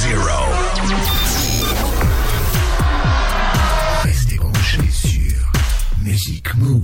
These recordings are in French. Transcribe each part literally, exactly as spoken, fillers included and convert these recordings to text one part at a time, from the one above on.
zero. Restez branchés sur Music Move.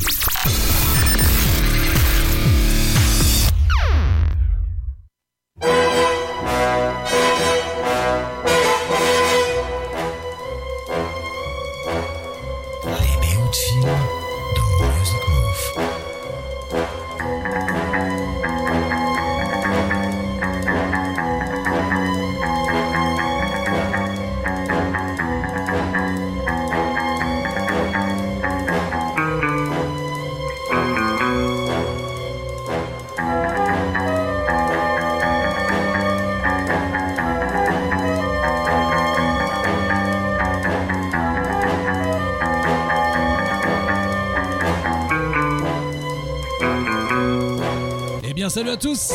Salut à tous,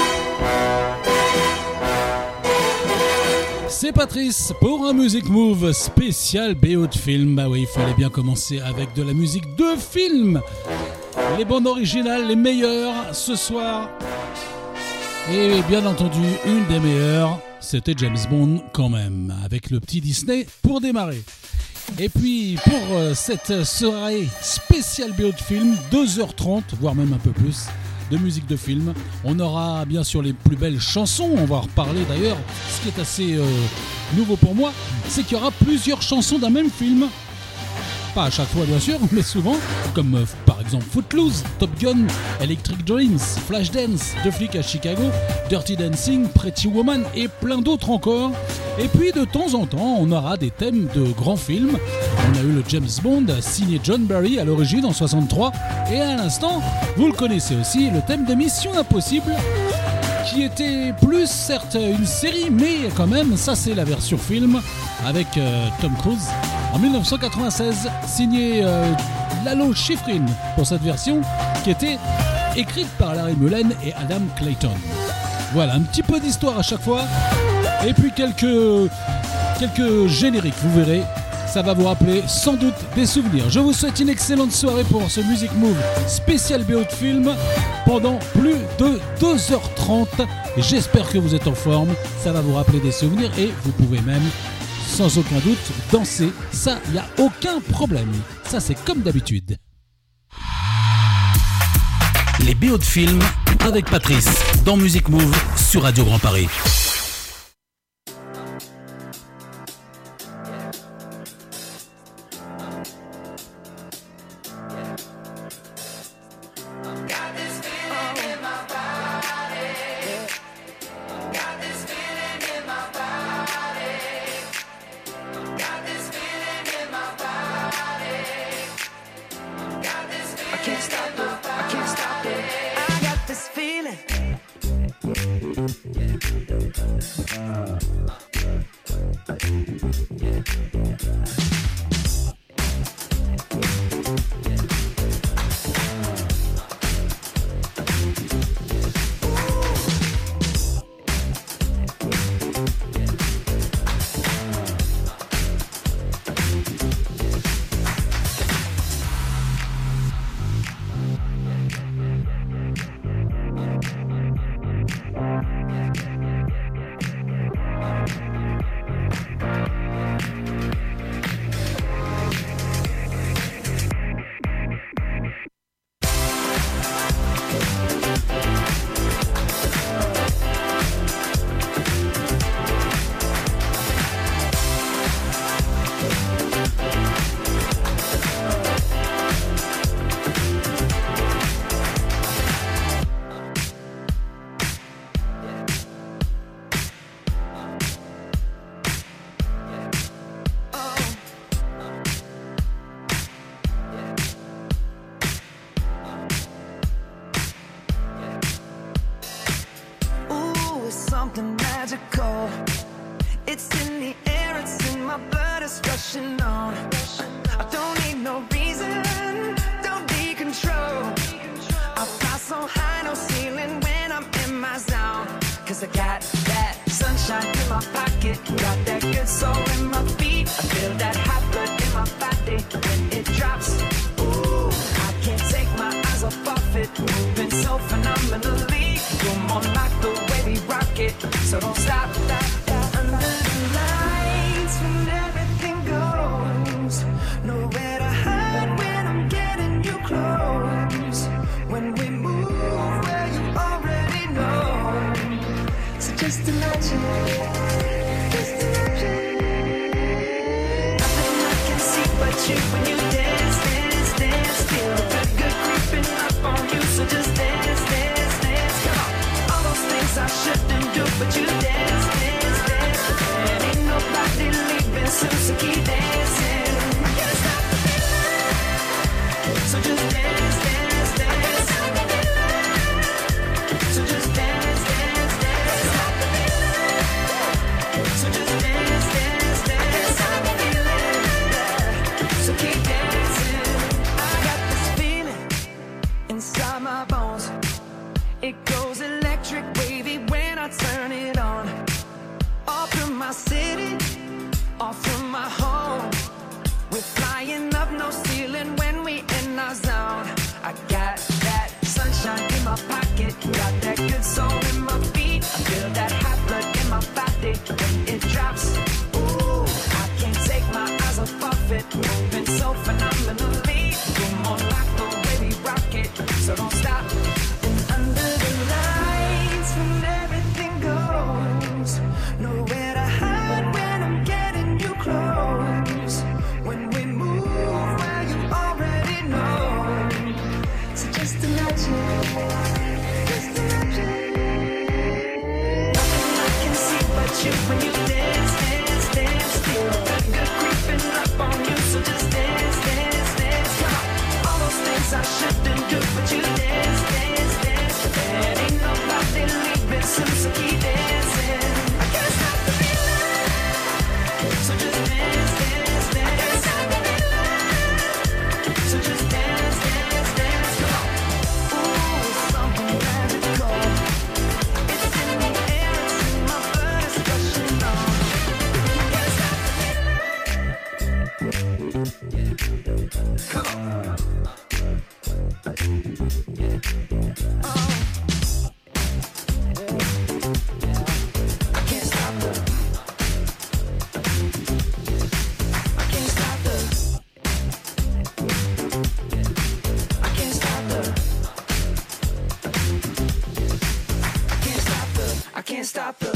c'est Patrice pour un Music Move spécial B O de film. Bah oui, il fallait bien commencer avec de la musique de film. Les bandes originales, les meilleures ce soir. Et bien entendu, une des meilleures, c'était James Bond quand même, avec le petit Disney pour démarrer. Et puis pour cette soirée spéciale B O de film, deux heures trente, voire même un peu plus, de musique de film. On aura bien sûr les plus belles chansons, on va en reparler d'ailleurs. Ce qui est assez euh, nouveau pour moi, c'est qu'il y aura plusieurs chansons d'un même film. Pas à chaque fois bien sûr, mais souvent, comme euh, par exemple Footloose, Top Gun, Electric Dreams, Flashdance, Deux flics à Chicago, Dirty Dancing, Pretty Woman et plein d'autres encore. Et puis de temps en temps, on aura des thèmes de grands films. On a eu le James Bond signé John Barry à l'origine en soixante-trois. Et à l'instant, vous le connaissez aussi, le thème de Mission Impossible, qui était plus certes une série, mais quand même, ça c'est la version film avec euh, Tom Cruise en dix-neuf cent quatre-vingt-seize, signé euh, Lalo Schifrin pour cette version qui était écrite par Larry Mullen et Adam Clayton. Voilà, un petit peu d'histoire à chaque fois et puis quelques, quelques génériques, vous verrez. Ça va vous rappeler sans doute des souvenirs. Je vous souhaite une excellente soirée pour ce Music Move spécial B O de film pendant plus de deux heures trente. J'espère que vous êtes en forme. Ça va vous rappeler des souvenirs et vous pouvez même, sans aucun doute, danser. Ça, il n'y a aucun problème. Ça, c'est comme d'habitude. Les B O de film avec Patrice dans Music Move sur Radio Grand Paris. So don't stop, stop, stop. Under the just imagine, just imagine. Nothing I can see but you when you dance, dance, dance. Feel the good, good creeping up on you, so just dance, dance, dance. Come on, all those things I shouldn't do, but you dance, dance, dance. And ain't nobody leaving soon, so keep dancing. I can't stop the feeling, so just dance, dance, dance. So just dance, dance, dance. So just dance, dance, dance. I'm feeling, so keep dancing. I got this feeling inside my bones. It goes electric wavy when I turn it on. Off from my city, off from my home. We're flying up, no ceiling when we in our zone. I got that sunshine in my pocket, got that good soul in my feet. I feel that hot blood in my body when it drops. Ooh, I can't take my eyes off of it, moving so phenomenally. You're more like the way we rock it, so don't stop. And under the lights, when everything goes, nowhere to hide when I'm getting you close. When we move, well, you already know. So just imagine, just imagine. Nothing I can see but you when you dance, dance, dance. Feel the good creeping up on you, so just dance, dance, dance. Come on, all those things I shouldn't do, but you dance, dance, dance. And ain't nobody leaving soon, so keep dancing. I can't stop the feeling, so just dance, dance, dance. I can't stop the feeling, so just dance, dance, dance. Come on. Ooh, it's something magical. It's in the air, it's in my blood, it's rushing on. I can't stop the feeling. Come on. Oh. I can't stop the. I can't stop the. I can't stop the. I can't stop the. I can't stop the. I can't stop the.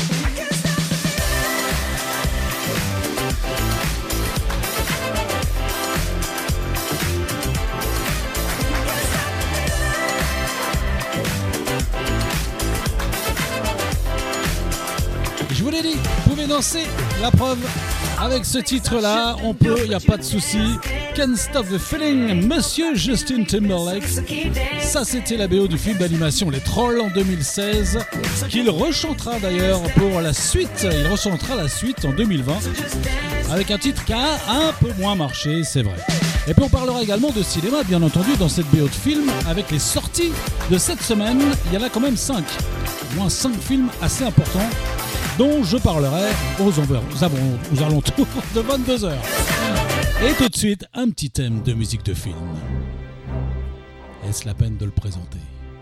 Je vous l'ai dit, vous pouvez danser, la preuve. Avec ce titre-là, on peut, il n'y a pas de souci. Can't Stop the Feeling, Monsieur Justin Timberlake. Ça, c'était la B O du film d'animation Les Trolls en deux mille seize, qu'il rechantera d'ailleurs pour la suite. Il rechantera la suite en deux mille vingt, avec un titre qui a un peu moins marché, c'est vrai. Et puis on parlera également de cinéma, bien entendu, dans cette B O de film, avec les sorties de cette semaine. Il y en a quand même cinq, au moins cinq films assez importants, dont je parlerai aux, aux, aux alentours de vingt-deux heures. Et tout de suite, un petit thème de musique de film. Est-ce la peine de le présenter?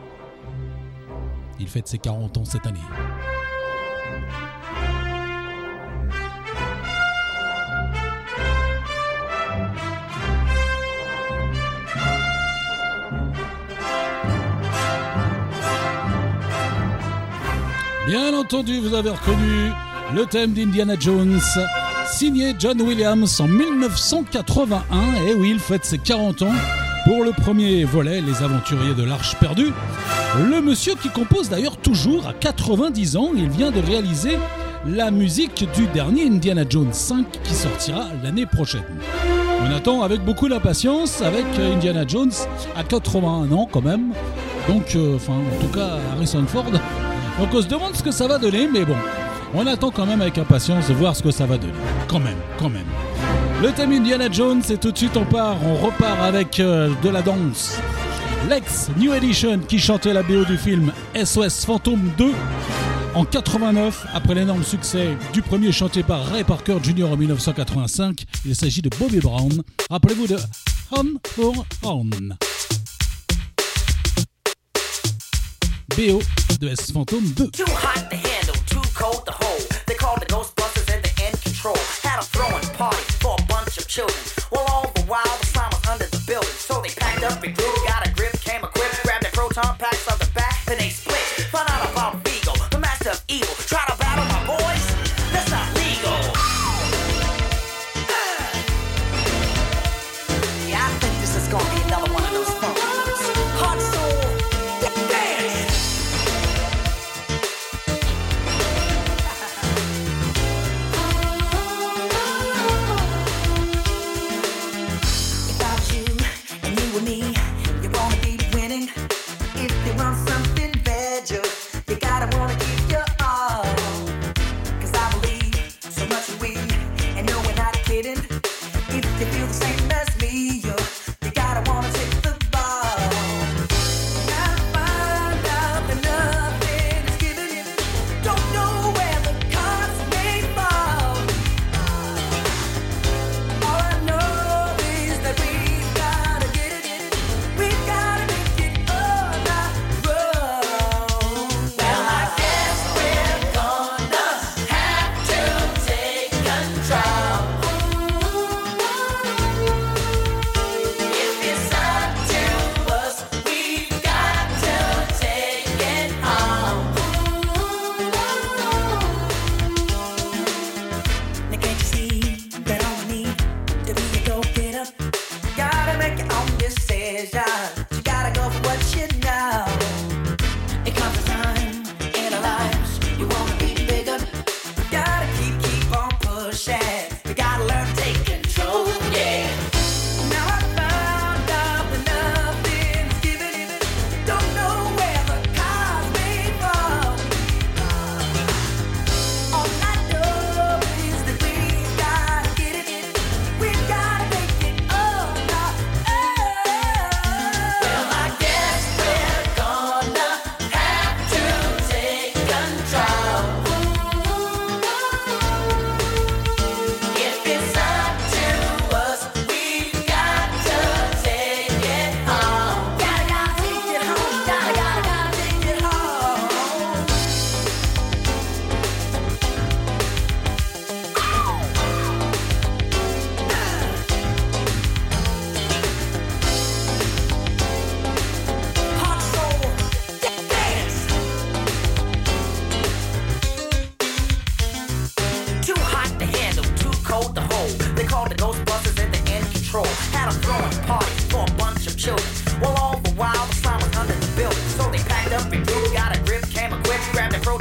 Il fête ses quarante ans cette année. Bien entendu, vous avez reconnu le thème d'Indiana Jones, signé John Williams en dix-neuf cent quatre-vingt-un. Et oui, il fête ses quarante ans pour le premier volet, Les Aventuriers de l'Arche perdue. Le monsieur qui compose d'ailleurs toujours à quatre-vingt-dix ans, il vient de réaliser la musique du dernier Indiana Jones cinq qui sortira l'année prochaine. On attend avec beaucoup d'impatience, avec Indiana Jones à quatre-vingt-un ans quand même. Donc, euh, enfin, en tout cas, Harrison Ford. Donc on se demande ce que ça va donner, mais bon, on attend quand même avec impatience de voir ce que ça va donner. Quand même, quand même. Le thème Indiana Jones, et tout de suite on part, on repart avec euh, de la danse. Lex New Edition qui chantait la B O du film S O S Fantôme deux en quatre-vingt-neuf, après l'énorme succès du premier chanté par Ray Parker Junior en dix-neuf cent quatre-vingt-cinq. Il s'agit de Bobby Brown. Rappelez-vous de Home for Home. B O de S Fantôme deux. Too hot to handle, too cold to hold. They called the Ghostbusters and they're in control. Had a throwing party for a bunch of children. Well, all the while the slime was under the building. So they packed up, regrouped, got a grip, came equipped, grabbed their proton packs on the back, then they split. Found out about Vigo, the master of evil. Tried to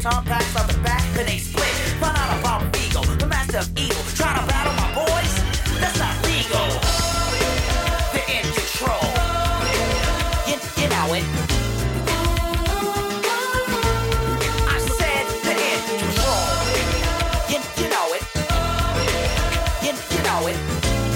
baton packs on the back, then they split. Find out about Vigo, the master of evil. Try to battle my boys? That's not legal. They're in control. You, you know it. I said they're in control. You, you know it. You, you know it.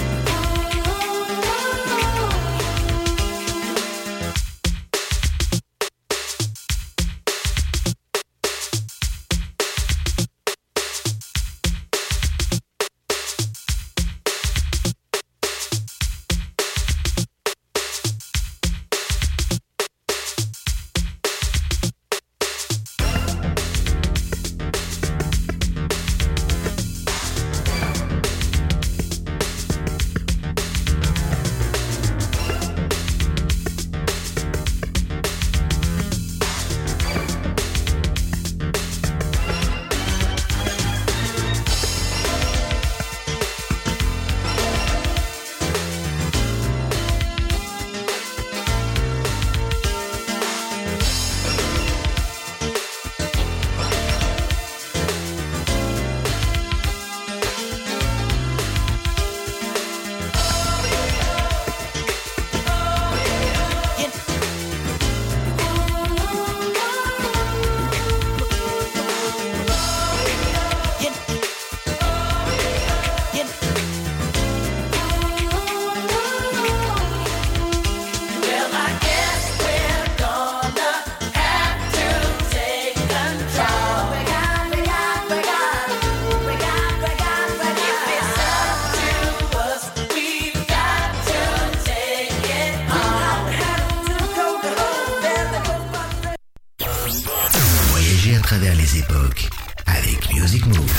À travers les époques avec Music Move.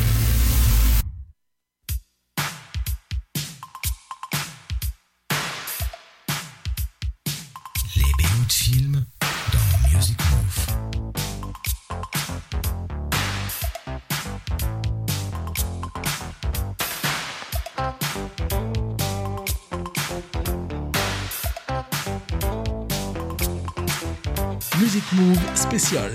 Les B O de films dans Music Move. Music Move spécial.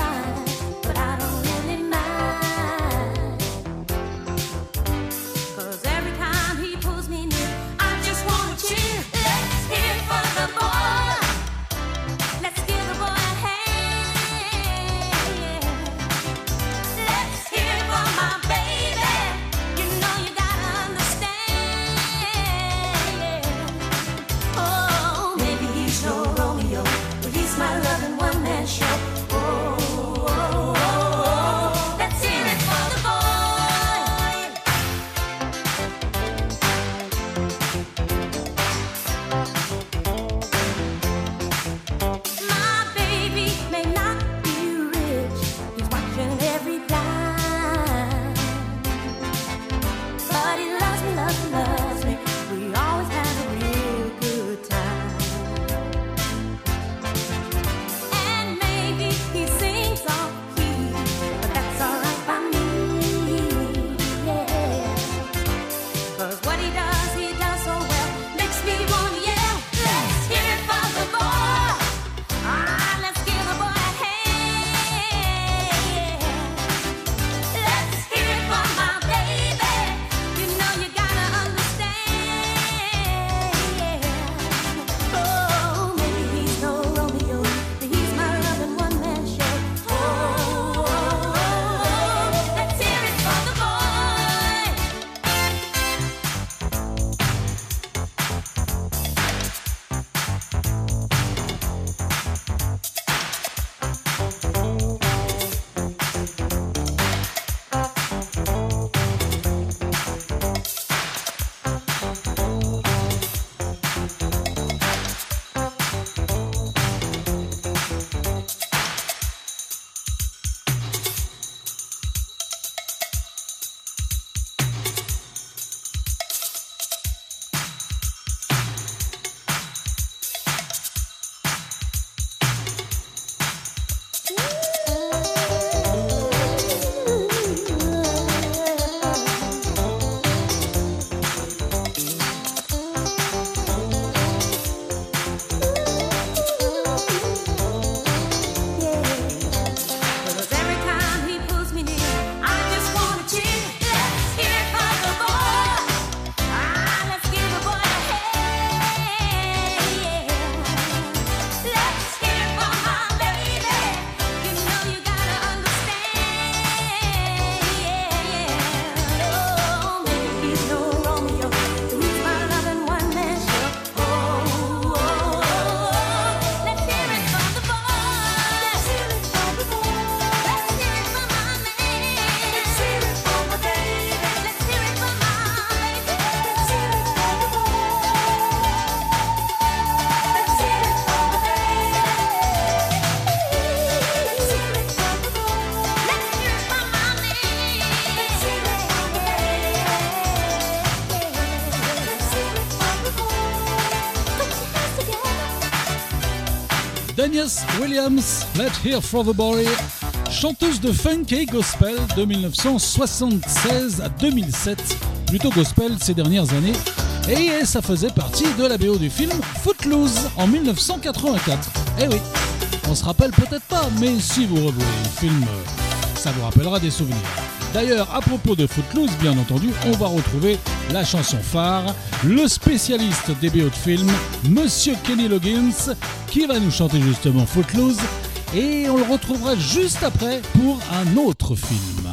Cause Danielle Williams, Let's Hear For The Boy, chanteuse de funk et gospel de mille neuf cent soixante-seize à deux mille sept, plutôt gospel ces dernières années, et ça faisait partie de la B O du film Footloose en mille neuf cent quatre-vingt-quatre. Eh oui, on se rappelle peut-être pas, mais si vous revoyez le film, ça vous rappellera des souvenirs. D'ailleurs, à propos de Footloose, bien entendu, on va retrouver la chanson phare, le spécialiste des B O de film, Monsieur Kenny Loggins, qui va nous chanter justement Footloose, et on le retrouvera juste après pour un autre film.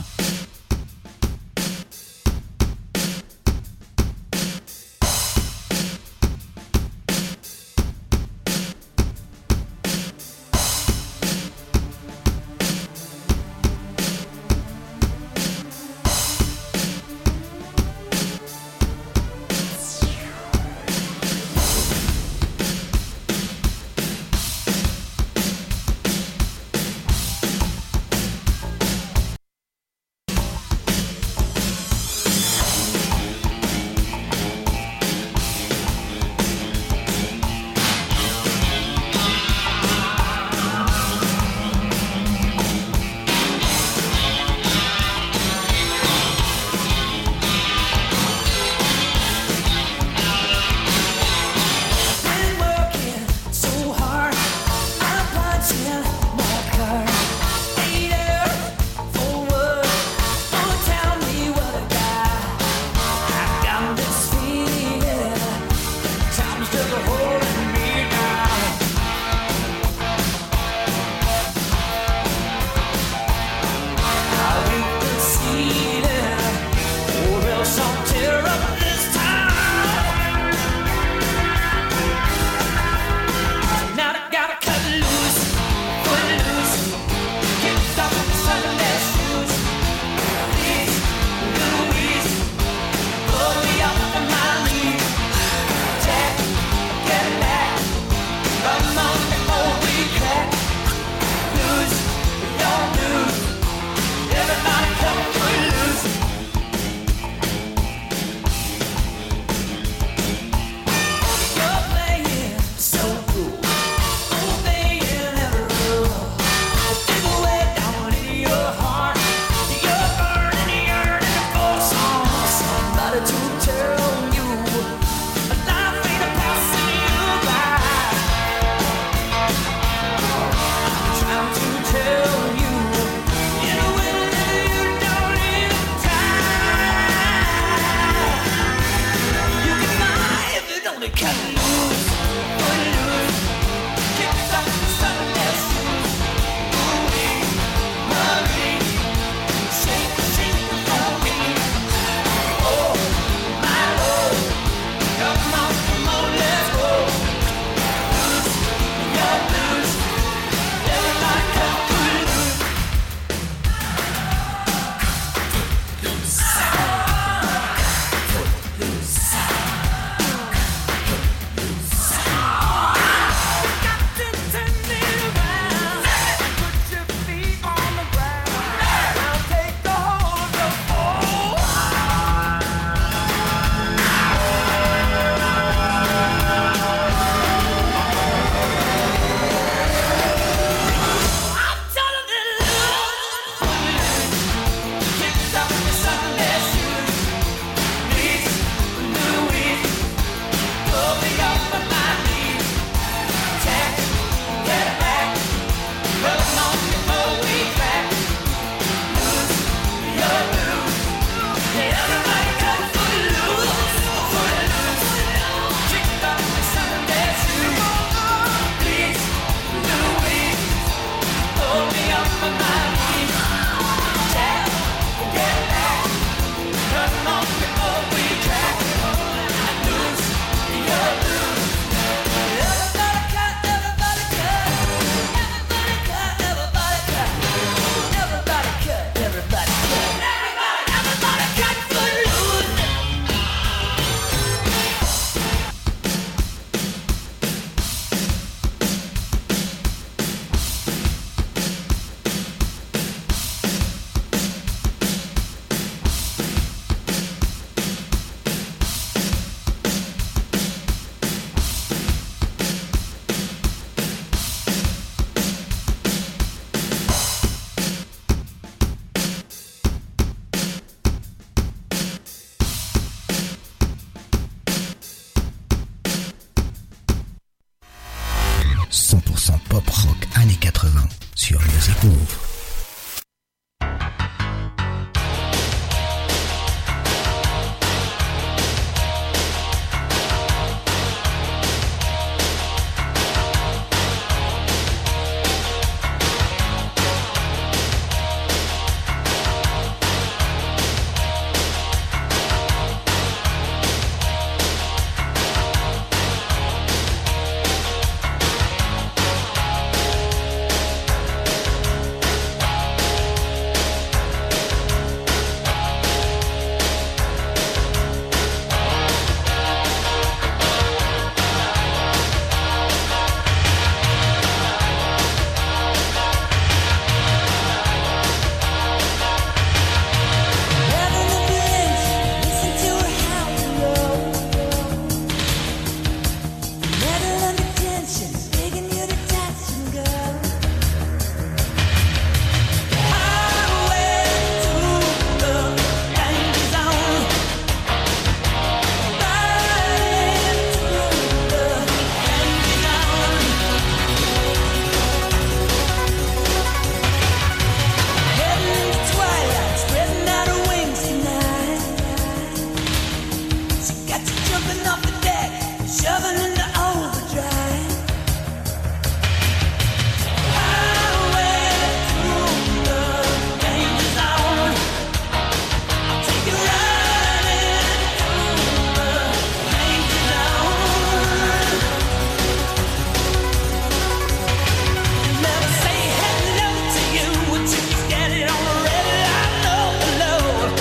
cent pop rock années quatre-vingts sur Music Move.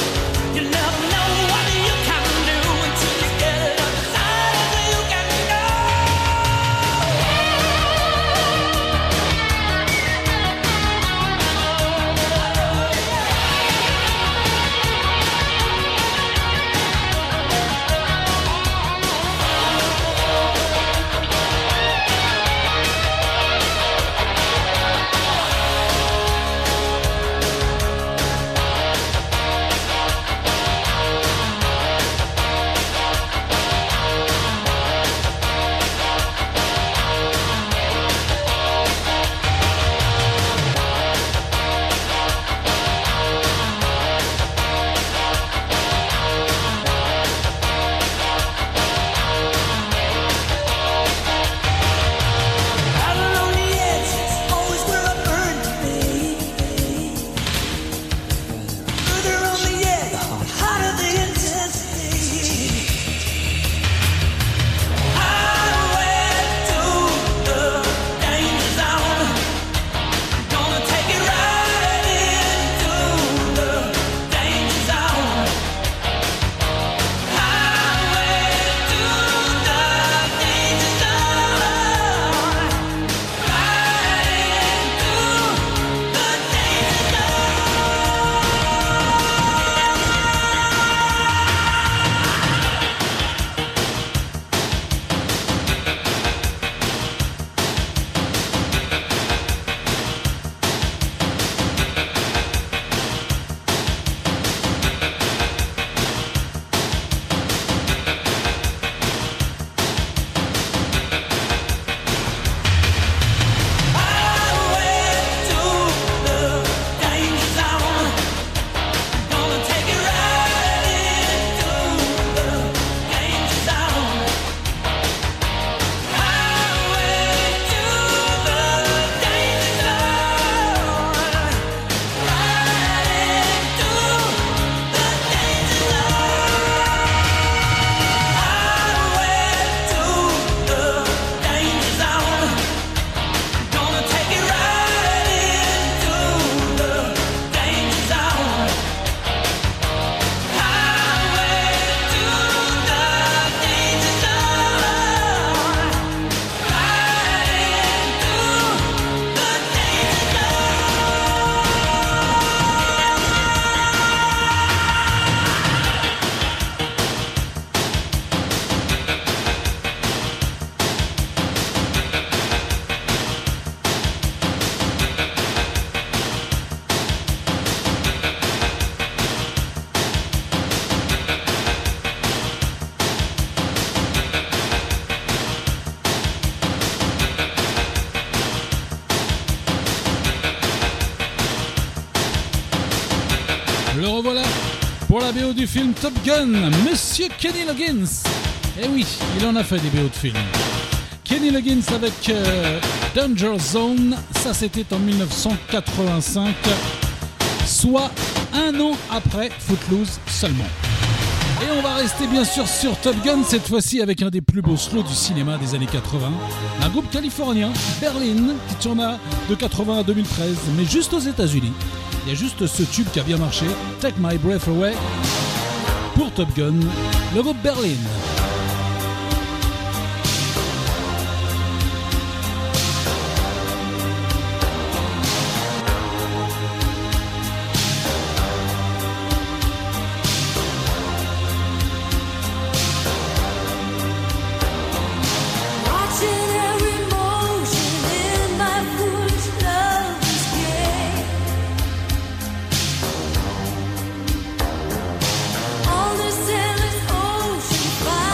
You never know what you can do until you get it on the side of where you can go. la B O du film Top Gun, Monsieur Kenny Loggins. Eh oui, il en a fait des B O de films. Kenny Loggins avec euh, Danger Zone, ça c'était en dix-neuf cent quatre-vingt-cinq, soit un an après Footloose seulement. Et on va rester bien sûr sur Top Gun, cette fois-ci avec un des plus beaux slows du cinéma des années quatre-vingts. Un groupe californien, Berlin, qui tourna de quatre-vingts à deux mille treize, mais juste aux États-Unis. Il y a juste ce tube qui a bien marché, Take My Breath Away, pour Top Gun, le groupe Berlin. All the sailors' ocean fire.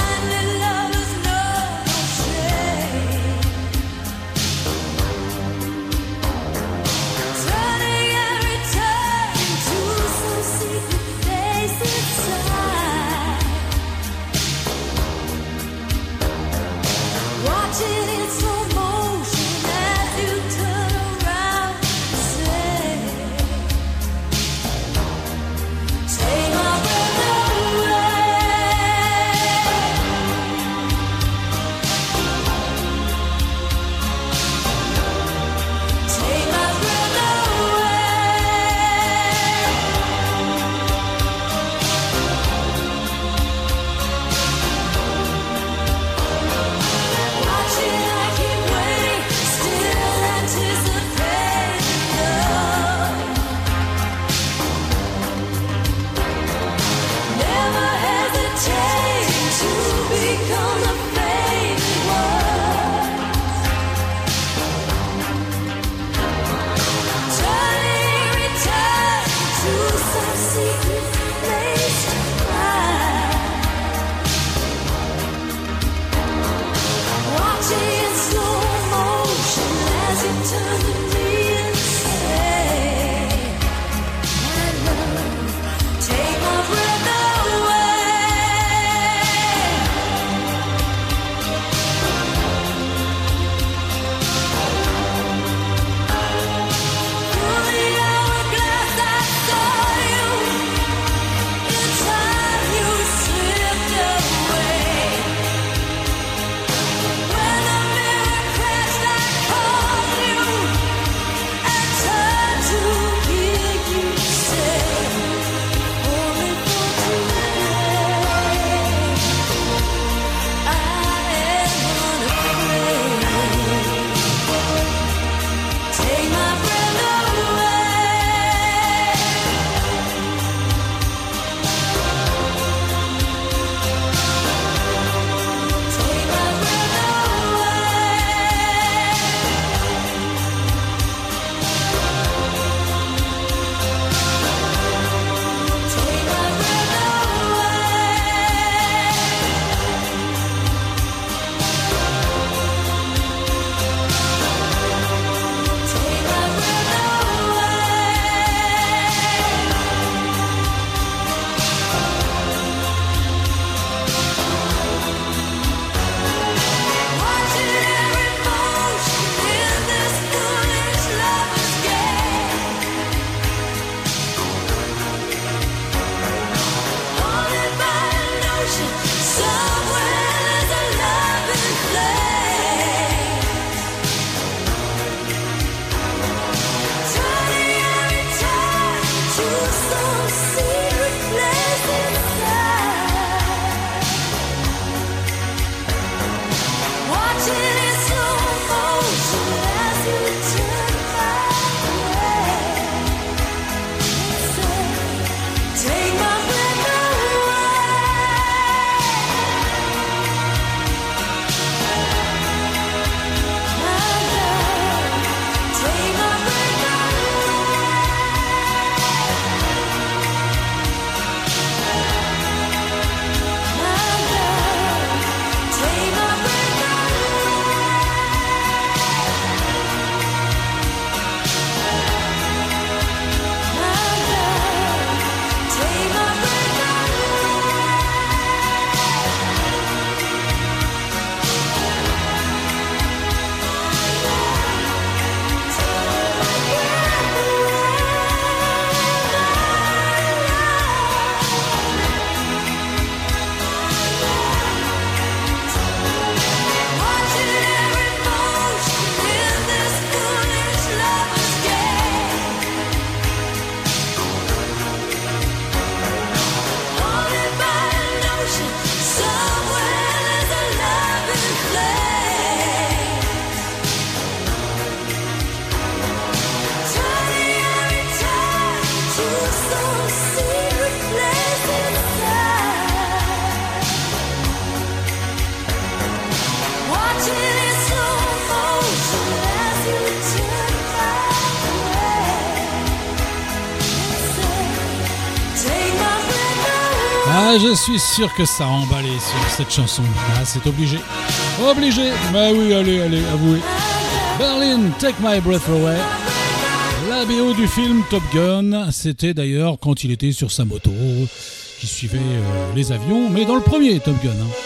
Ah, je suis sûr que ça a emballé sur cette chanson. Ah, c'est obligé. Obligé. Bah oui, allez, allez, avouez. Berlin, Take My Breath Away. La B O du film Top Gun. C'était d'ailleurs quand il était sur sa moto, qui suivait euh, les avions, mais dans le premier Top Gun. Hein.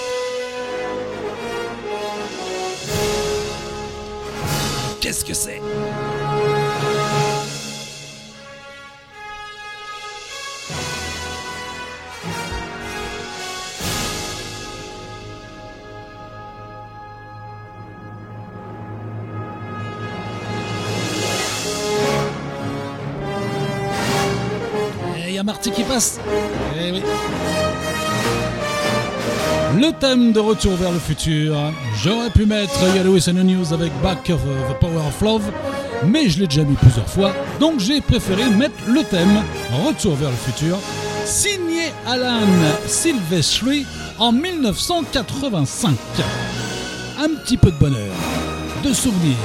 Qu'est-ce que c'est ? Marty qui passe. Eh oui. Le thème de Retour vers le futur. J'aurais pu mettre Yellow and News avec Back of the Power of Love, mais je l'ai déjà mis plusieurs fois, donc j'ai préféré mettre le thème Retour vers le futur, signé Alan Silvestri en dix-neuf cent quatre-vingt-cinq. Un petit peu de bonheur, de souvenirs.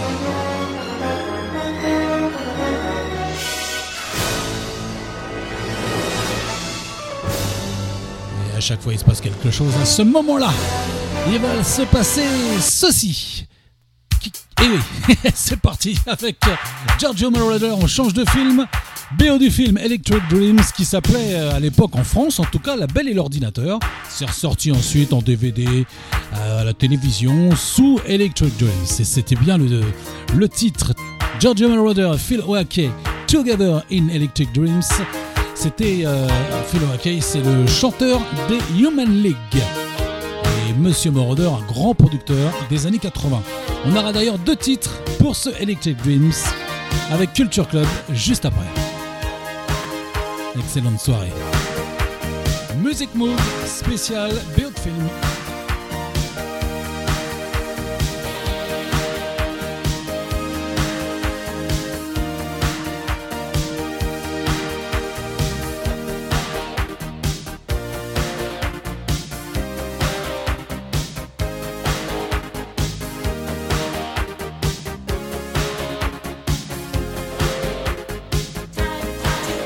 À chaque fois, il se passe quelque chose. À ce moment-là, il va se passer ceci. Et oui, c'est parti avec Giorgio Moroder. On change de film. B O du film Electric Dreams, qui s'appelait à l'époque en France, en tout cas, La Belle et l'Ordinateur. C'est ressorti ensuite en D V D, à la télévision, sous Electric Dreams. Et c'était bien le, le titre. Giorgio Moroder, Phil Oakey, Together in Electric Dreams. C'était euh, Phil Oakey, c'est le chanteur des Human League. Et Monsieur Moroder, un grand producteur des années quatre-vingts. On aura d'ailleurs deux titres pour ce Electric Dreams avec Culture Club juste après. Excellente soirée. Music Move spécial B O de film.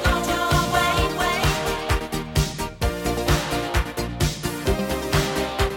Time to go your way, way.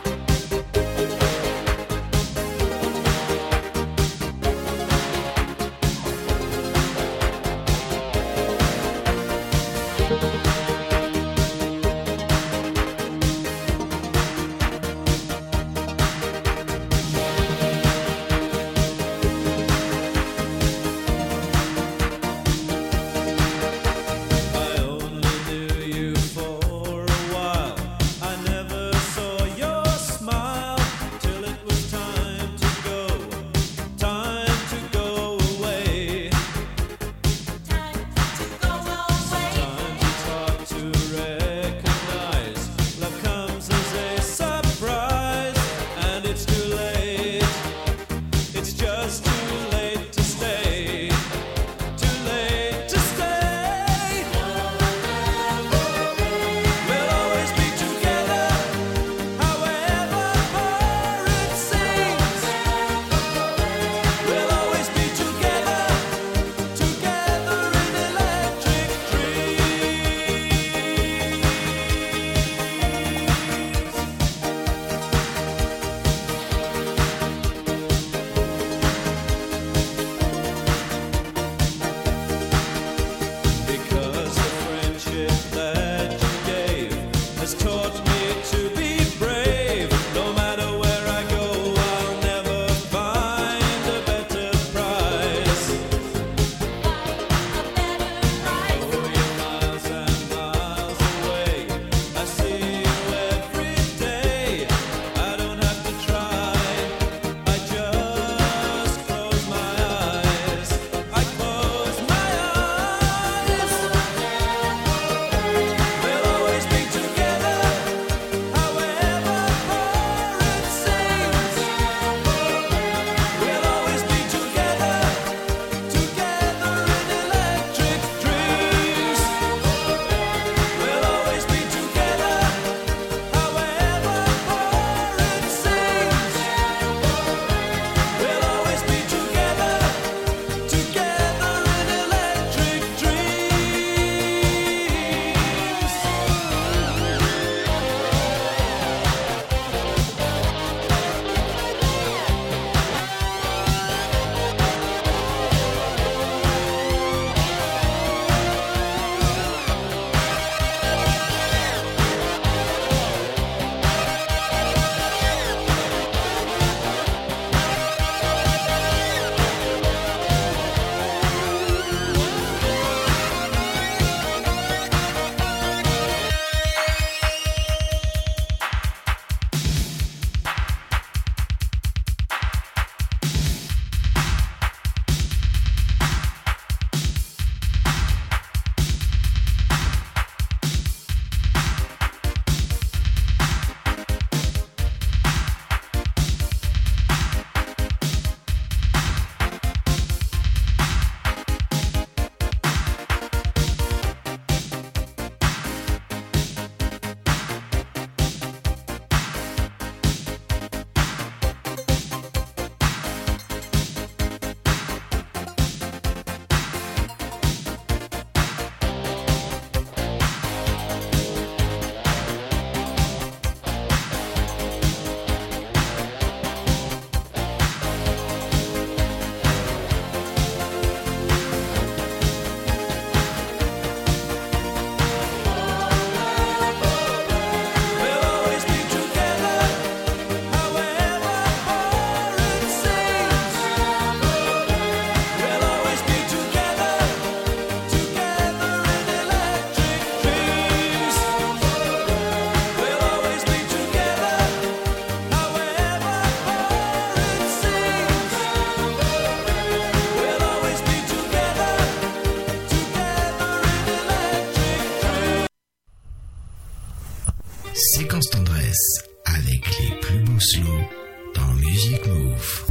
nous dans Music Move.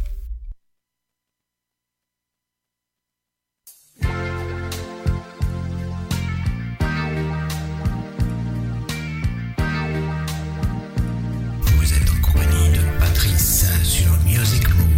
Vous êtes en compagnie de Patrice sur Music Move.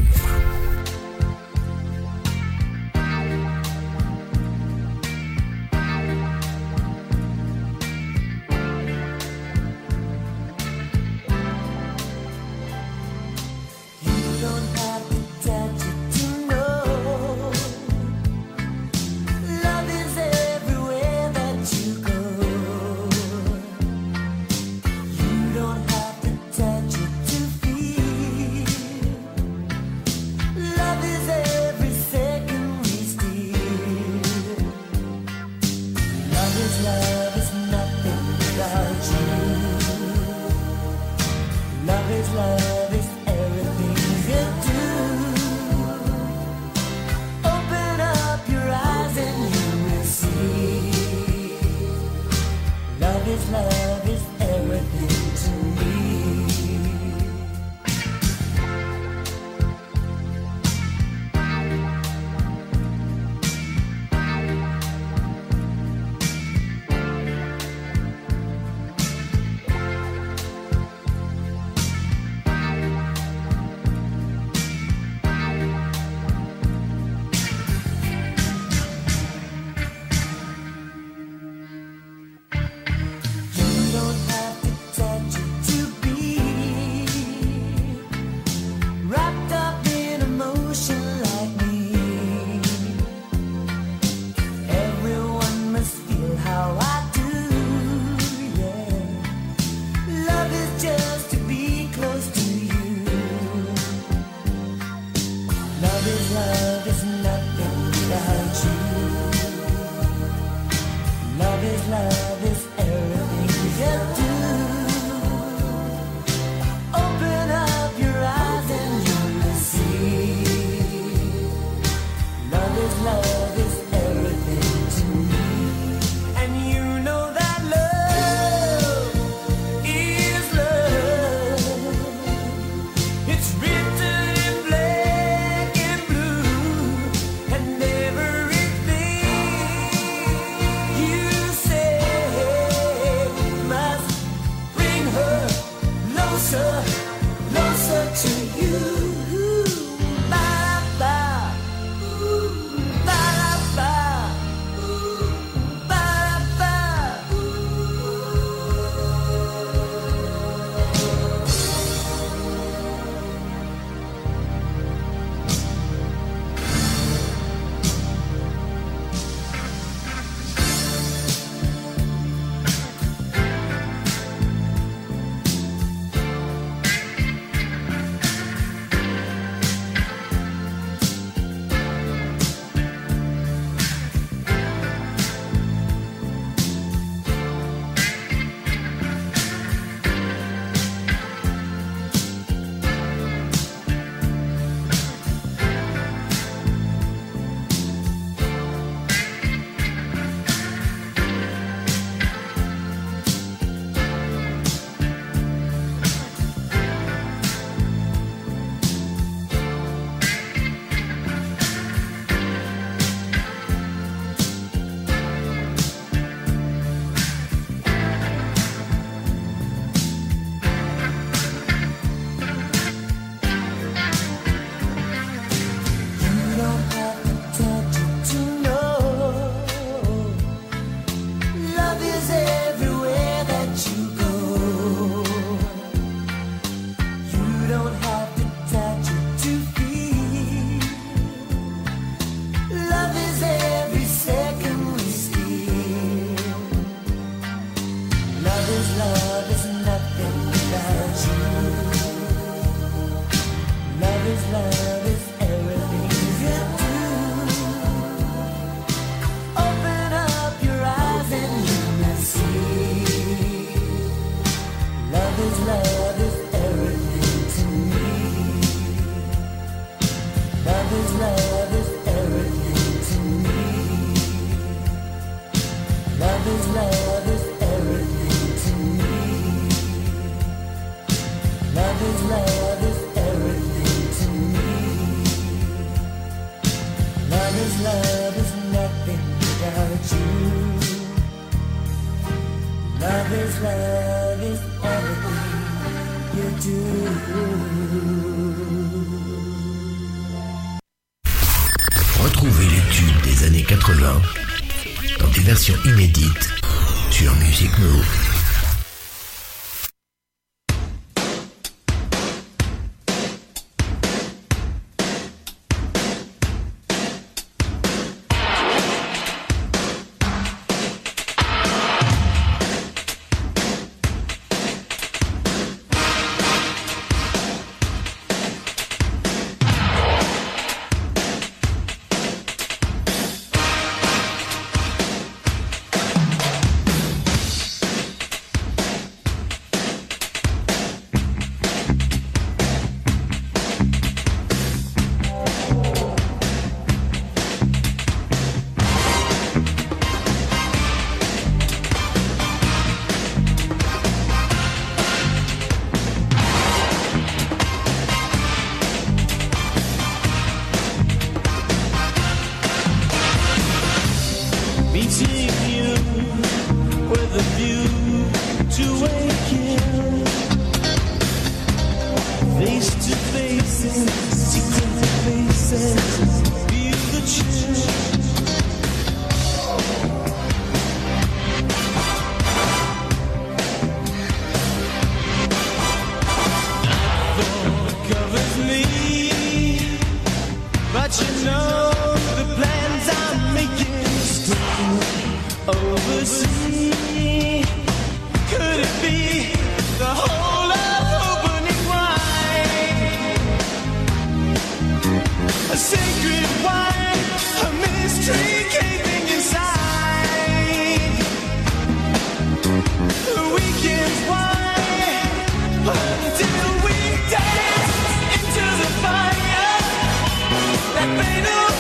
Love is love. 'cause love is everything you do. Retrouvez les tubes des années quatre-vingts dans des versions inédites sur Music Move. Until we dance into the fire that made us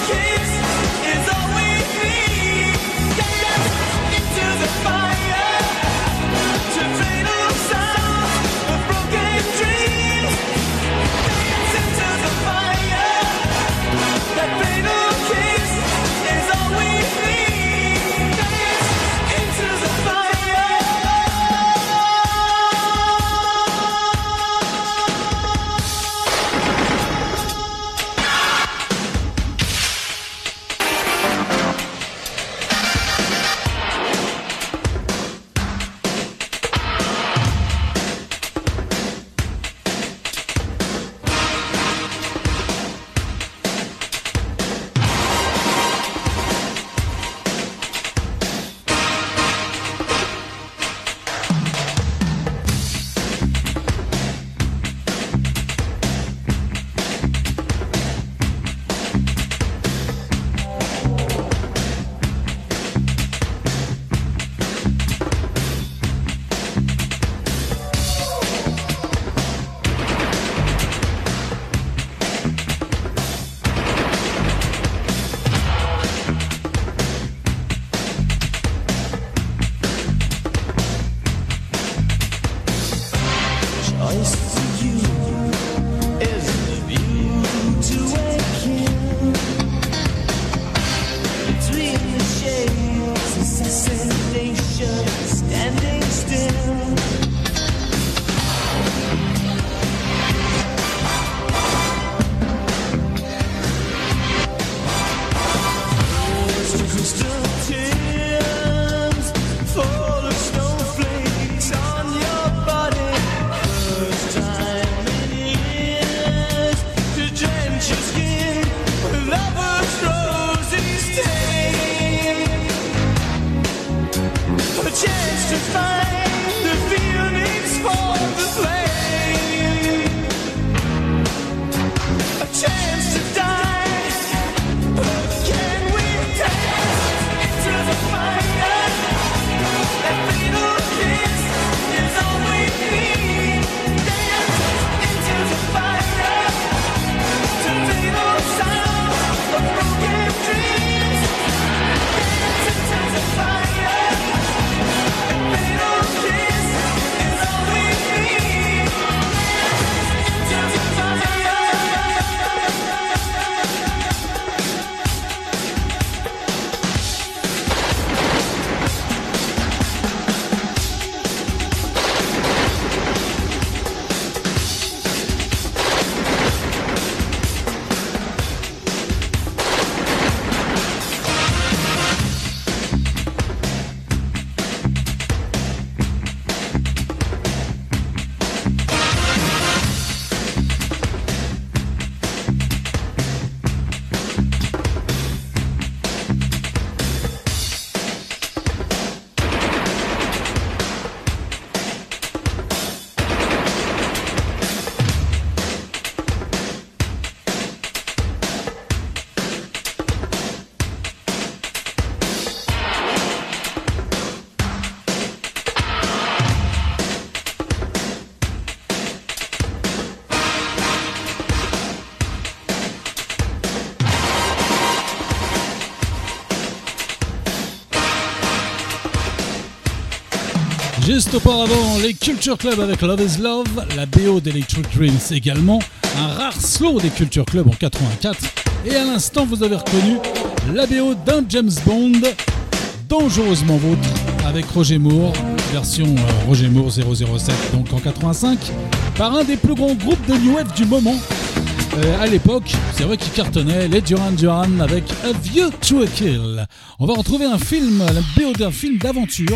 Juste auparavant, les Culture Club avec Love is Love, la B O d'Electric Dreams également, un rare slow des Culture Club en quatre-vingt-quatre, et à l'instant vous avez reconnu la B O d'un James Bond, Dangereusement Vôtre, avec Roger Moore, version euh, Roger Moore zéro zéro sept, donc en quatre-vingt-cinq, par un des plus grands groupes de New Wave du moment. Euh, à l'époque, c'est vrai qu'il cartonnait, les Duran Duran avec A View to a Kill. On va retrouver un film, la B O d'un film d'aventure,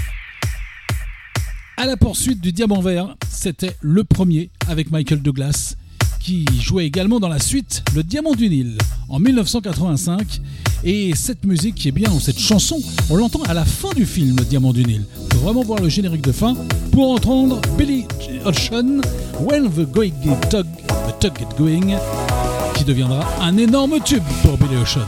À la poursuite du diamant vert. C'était le premier avec Michael Douglas, qui jouait également dans la suite Le Diamant du Nil en dix-neuf cent quatre-vingt-cinq. Et cette musique qui est bien, cette chanson, on l'entend à la fin du film Le Diamant du Nil. Il faut vraiment voir le générique de fin pour entendre Billy Ocean, When the Going Get Tug, the Tug Get Going, qui deviendra un énorme tube pour Billy Ocean.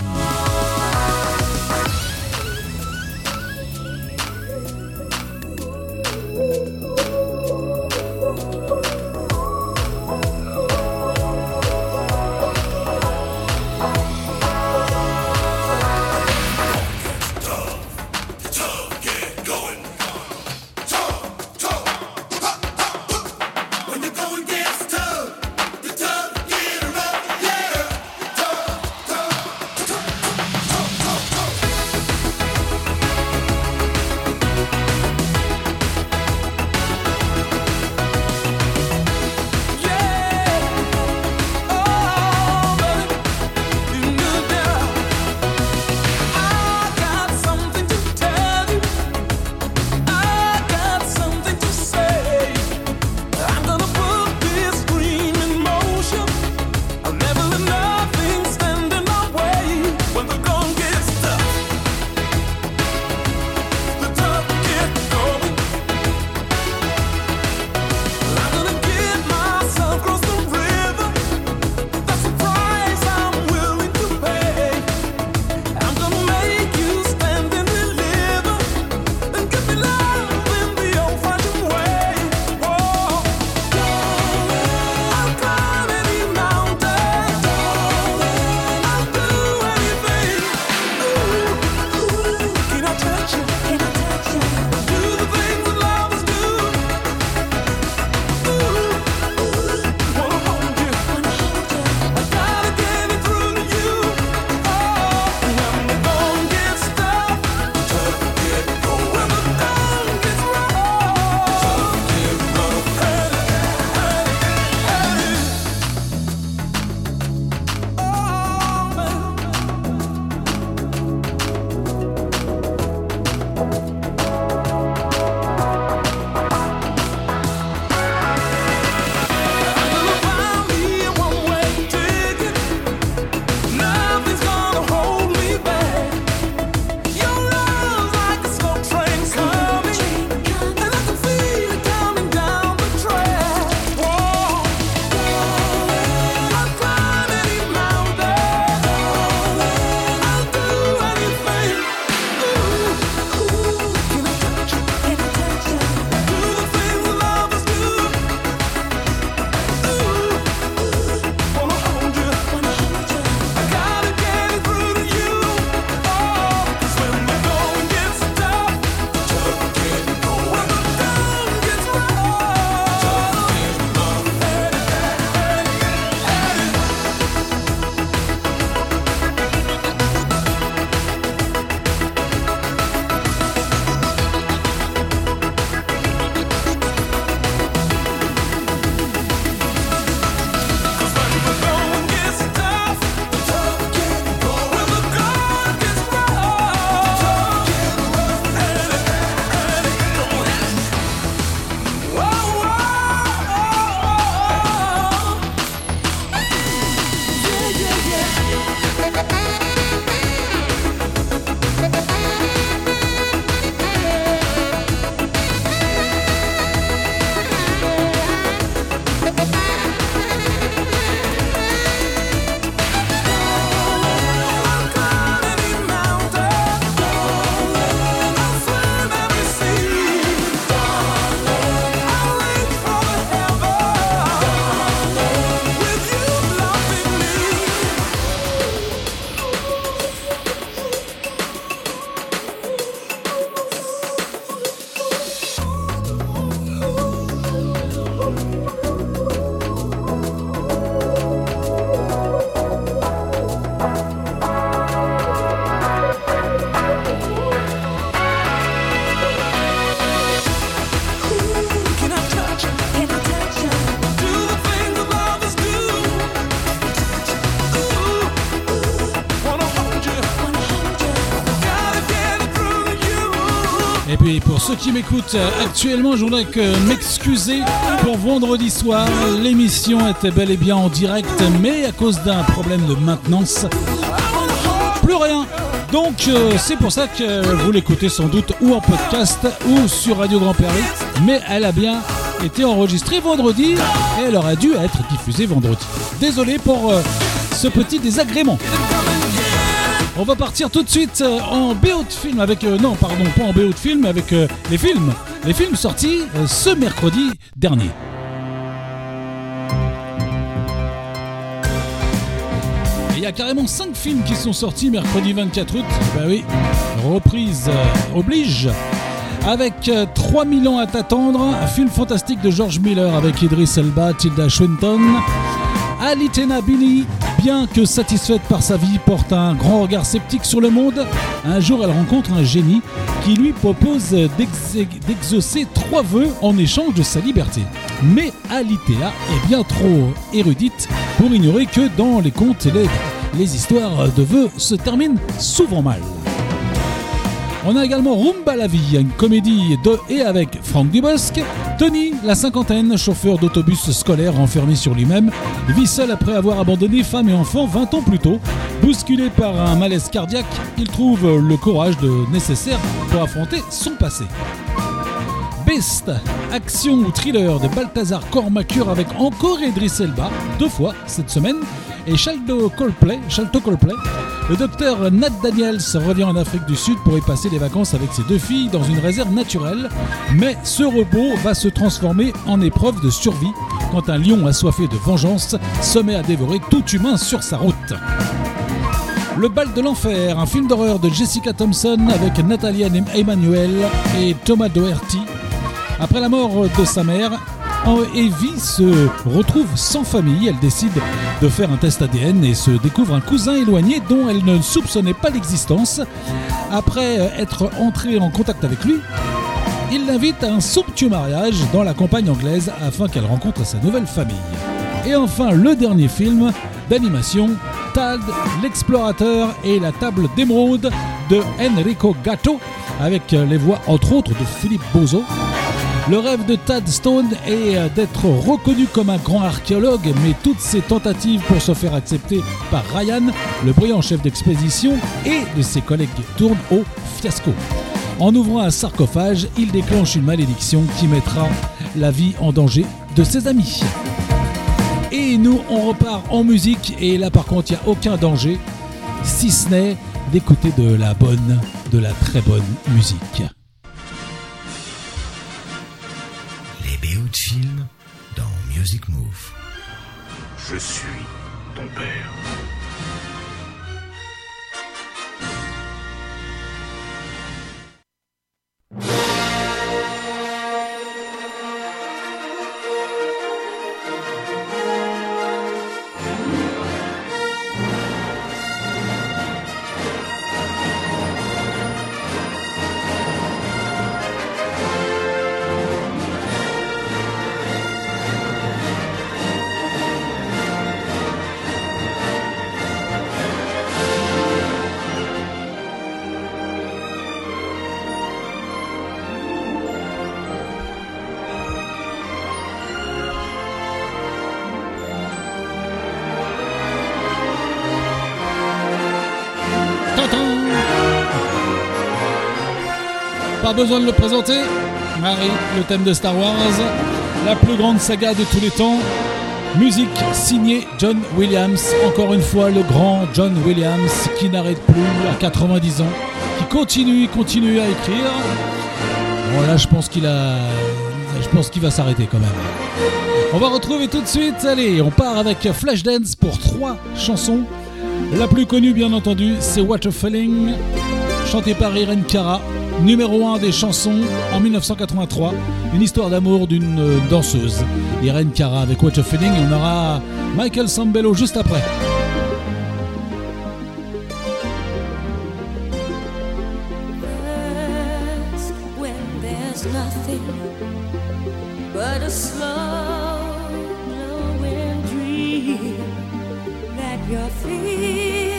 oui, pour ceux qui m'écoutent actuellement, je voudrais que m'excuser pour vendredi soir. L'émission était bel et bien en direct, mais à cause d'un problème de maintenance, plus rien. Donc euh, c'est pour ça que vous l'écoutez sans doute ou en podcast ou sur Radio Grand Paris, mais elle a bien été enregistrée vendredi et elle aurait dû être diffusée vendredi. Désolé pour euh, ce petit désagrément. On va partir tout de suite en B O de film avec... Euh, non, pardon, pas en B O de film, avec euh, les films. Les films sortis euh, ce mercredi dernier. Et il y a carrément cinq films qui sont sortis mercredi vingt-quatre août. Bah oui, reprise euh, oblige. Avec euh, trois mille ans à t'attendre, un film fantastique de George Miller avec Idris Elba, Tilda Swinton. Alitena Billy, bien que satisfaite par sa vie, porte un grand regard sceptique sur le monde. Un jour, elle rencontre un génie qui lui propose d'ex- d'exaucer trois vœux en échange de sa liberté. Mais Alitea est bien trop érudite pour ignorer que dans les contes, les, les histoires de vœux se terminent souvent mal. On a également Rumba la vie, une comédie de et avec Franck Dubosc. Tony, la cinquantaine, chauffeur d'autobus scolaire renfermé sur lui-même, vit seul après avoir abandonné femme et enfant vingt ans plus tôt. Bousculé par un malaise cardiaque, il trouve le courage de nécessaire pour affronter son passé. Beast, action ou thriller de Balthazar Kormákur avec encore Idris Elba, deux fois cette semaine, et Shalto Coldplay, Shalto Coldplay. Le docteur Nat Daniels revient en Afrique du Sud pour y passer les vacances avec ses deux filles dans une réserve naturelle. Mais ce repos va se transformer en épreuve de survie quand un lion assoiffé de vengeance se met à dévorer tout humain sur sa route. Le bal de l'enfer, un film d'horreur de Jessica Thompson avec Natalia Emmanuel et Thomas Doherty. Après la mort de sa mère, Evie se retrouve sans famille. Elle décide de faire un test A D N et se découvre un cousin éloigné dont elle ne soupçonnait pas l'existence. Après être entrée en contact avec lui, il l'invite à un somptueux mariage dans la campagne anglaise afin qu'elle rencontre sa nouvelle famille. Et enfin, le dernier film d'animation, Tad, l'explorateur et la table d'émeraude de Enrico Gatto, avec les voix entre autres de Philippe Bozo. Le rêve de Tad Stone est d'être reconnu comme un grand archéologue, mais toutes ses tentatives pour se faire accepter par Ryan, le brillant chef d'expédition, et de ses collègues tournent au fiasco. En ouvrant un sarcophage, il déclenche une malédiction qui mettra la vie en danger de ses amis. Et nous, on repart en musique, et là par contre, il n'y a aucun danger, si ce n'est d'écouter de la bonne, de la très bonne musique. B O de film dans Music Move. Je suis ton père. Pas besoin de le présenter. Marie, le thème de Star Wars, la plus grande saga de tous les temps. Musique signée John Williams. Encore une fois, le grand John Williams qui n'arrête plus à quatre-vingt-dix ans, qui continue, continue à écrire. Bon là, je pense qu'il a, je pense qu'il va s'arrêter quand même. On va retrouver tout de suite. Allez, on part avec Flashdance pour trois chansons. La plus connue, bien entendu, c'est What a Feeling, chantée par Irene Cara. Numéro un des chansons en dix-neuf cent quatre-vingt-trois, une histoire d'amour d'une euh, danseuse. Irene Cara avec What a Feeling, et on aura Michael Sambello juste après. First, when there's nothing but a slow glowing dream that your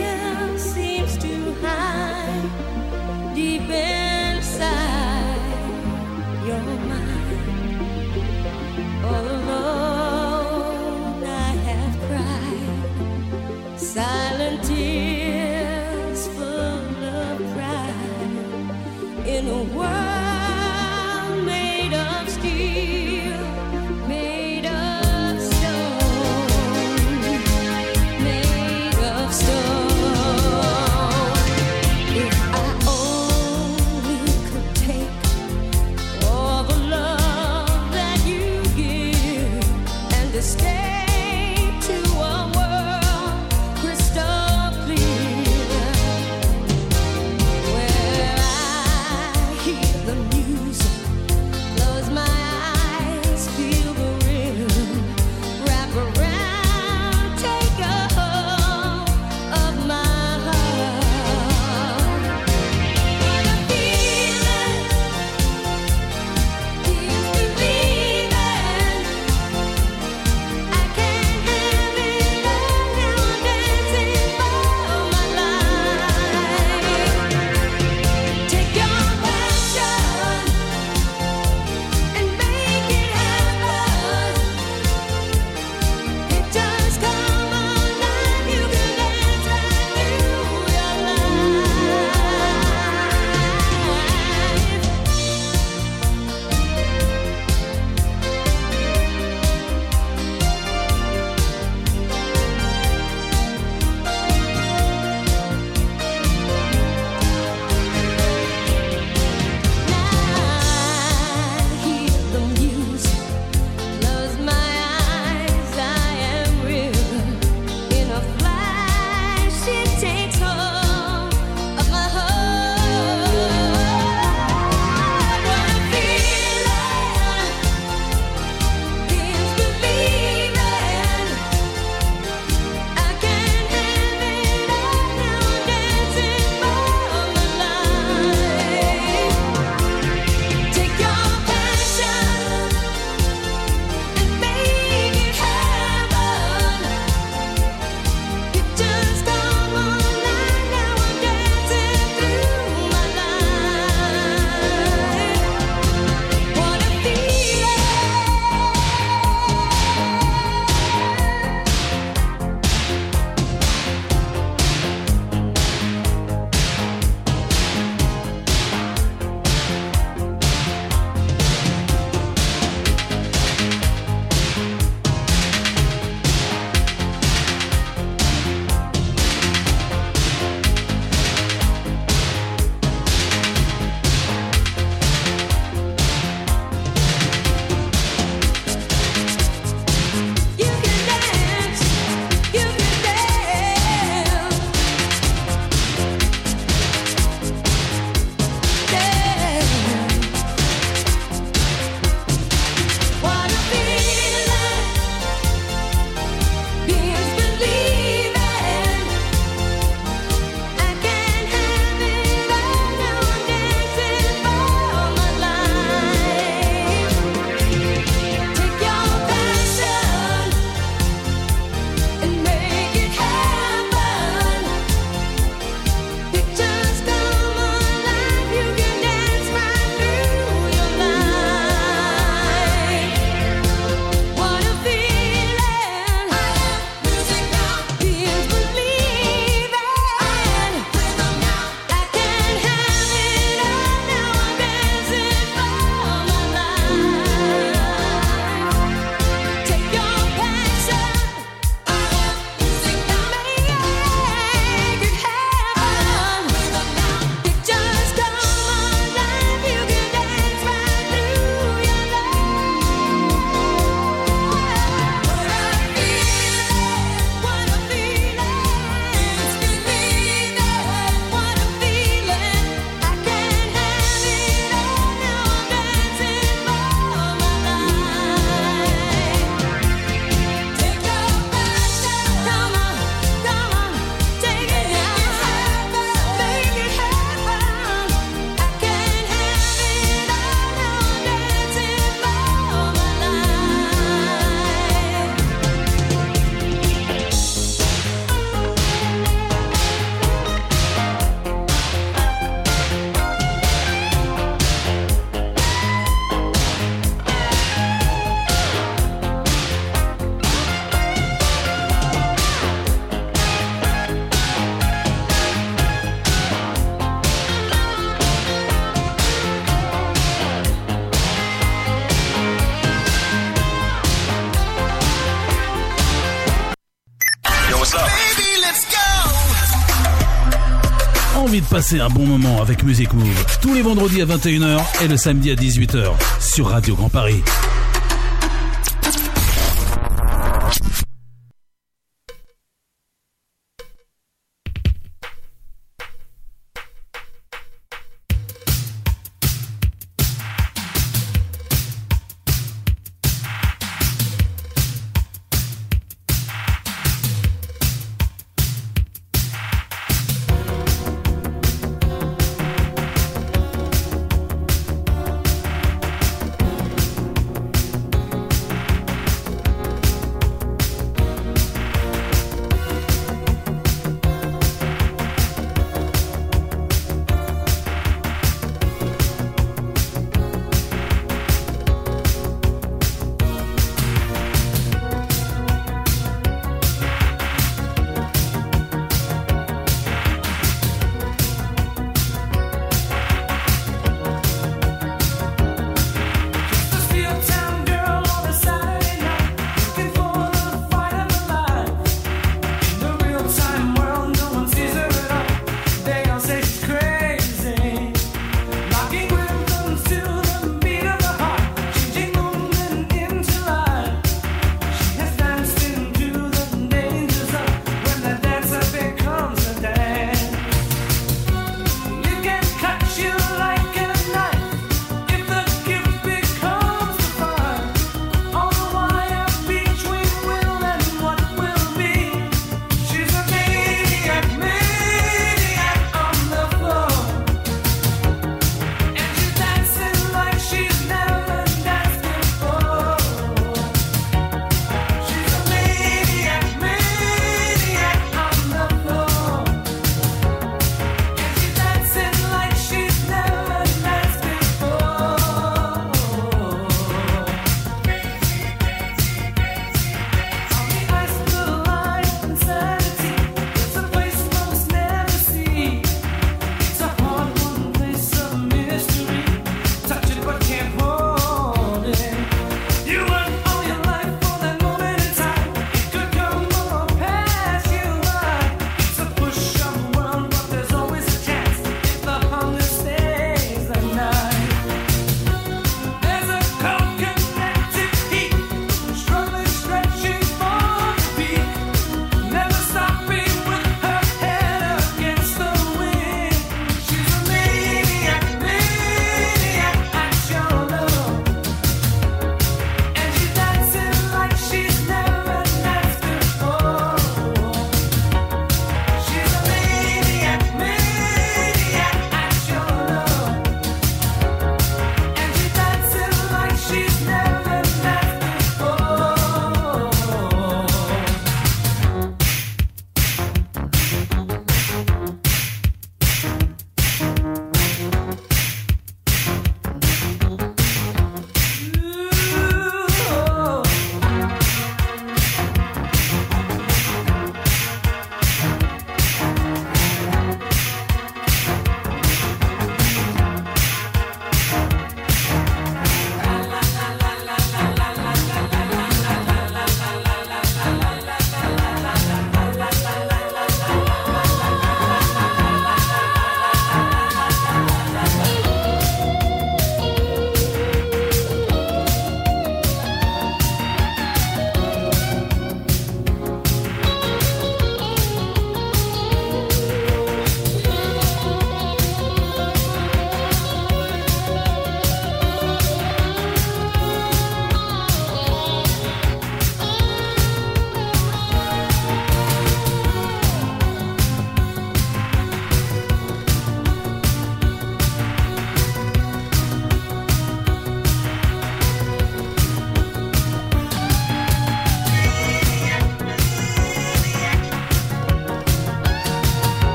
fear seems to hide deep inside. what's up? Envie de passer un bon moment avec Music Move tous les vendredis à vingt et une heures et le samedi à dix-huit heures sur Radio Grand Paris.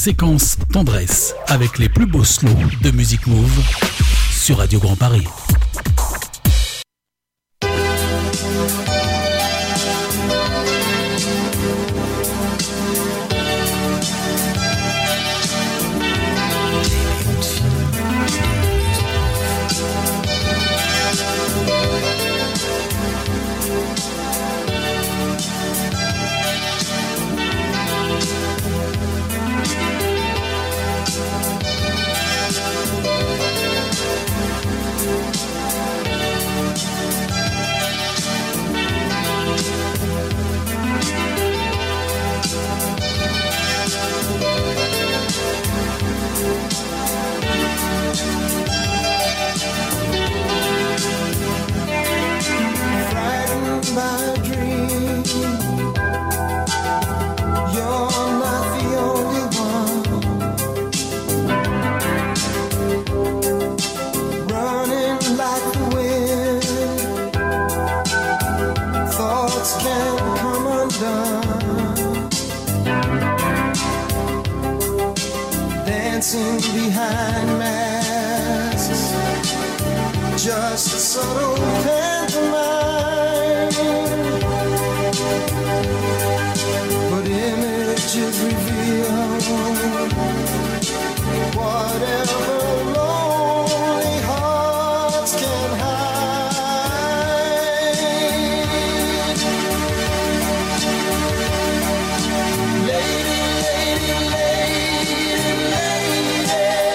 séquence tendresse avec les plus beaux slows de Music Move sur Radio Grand Paris.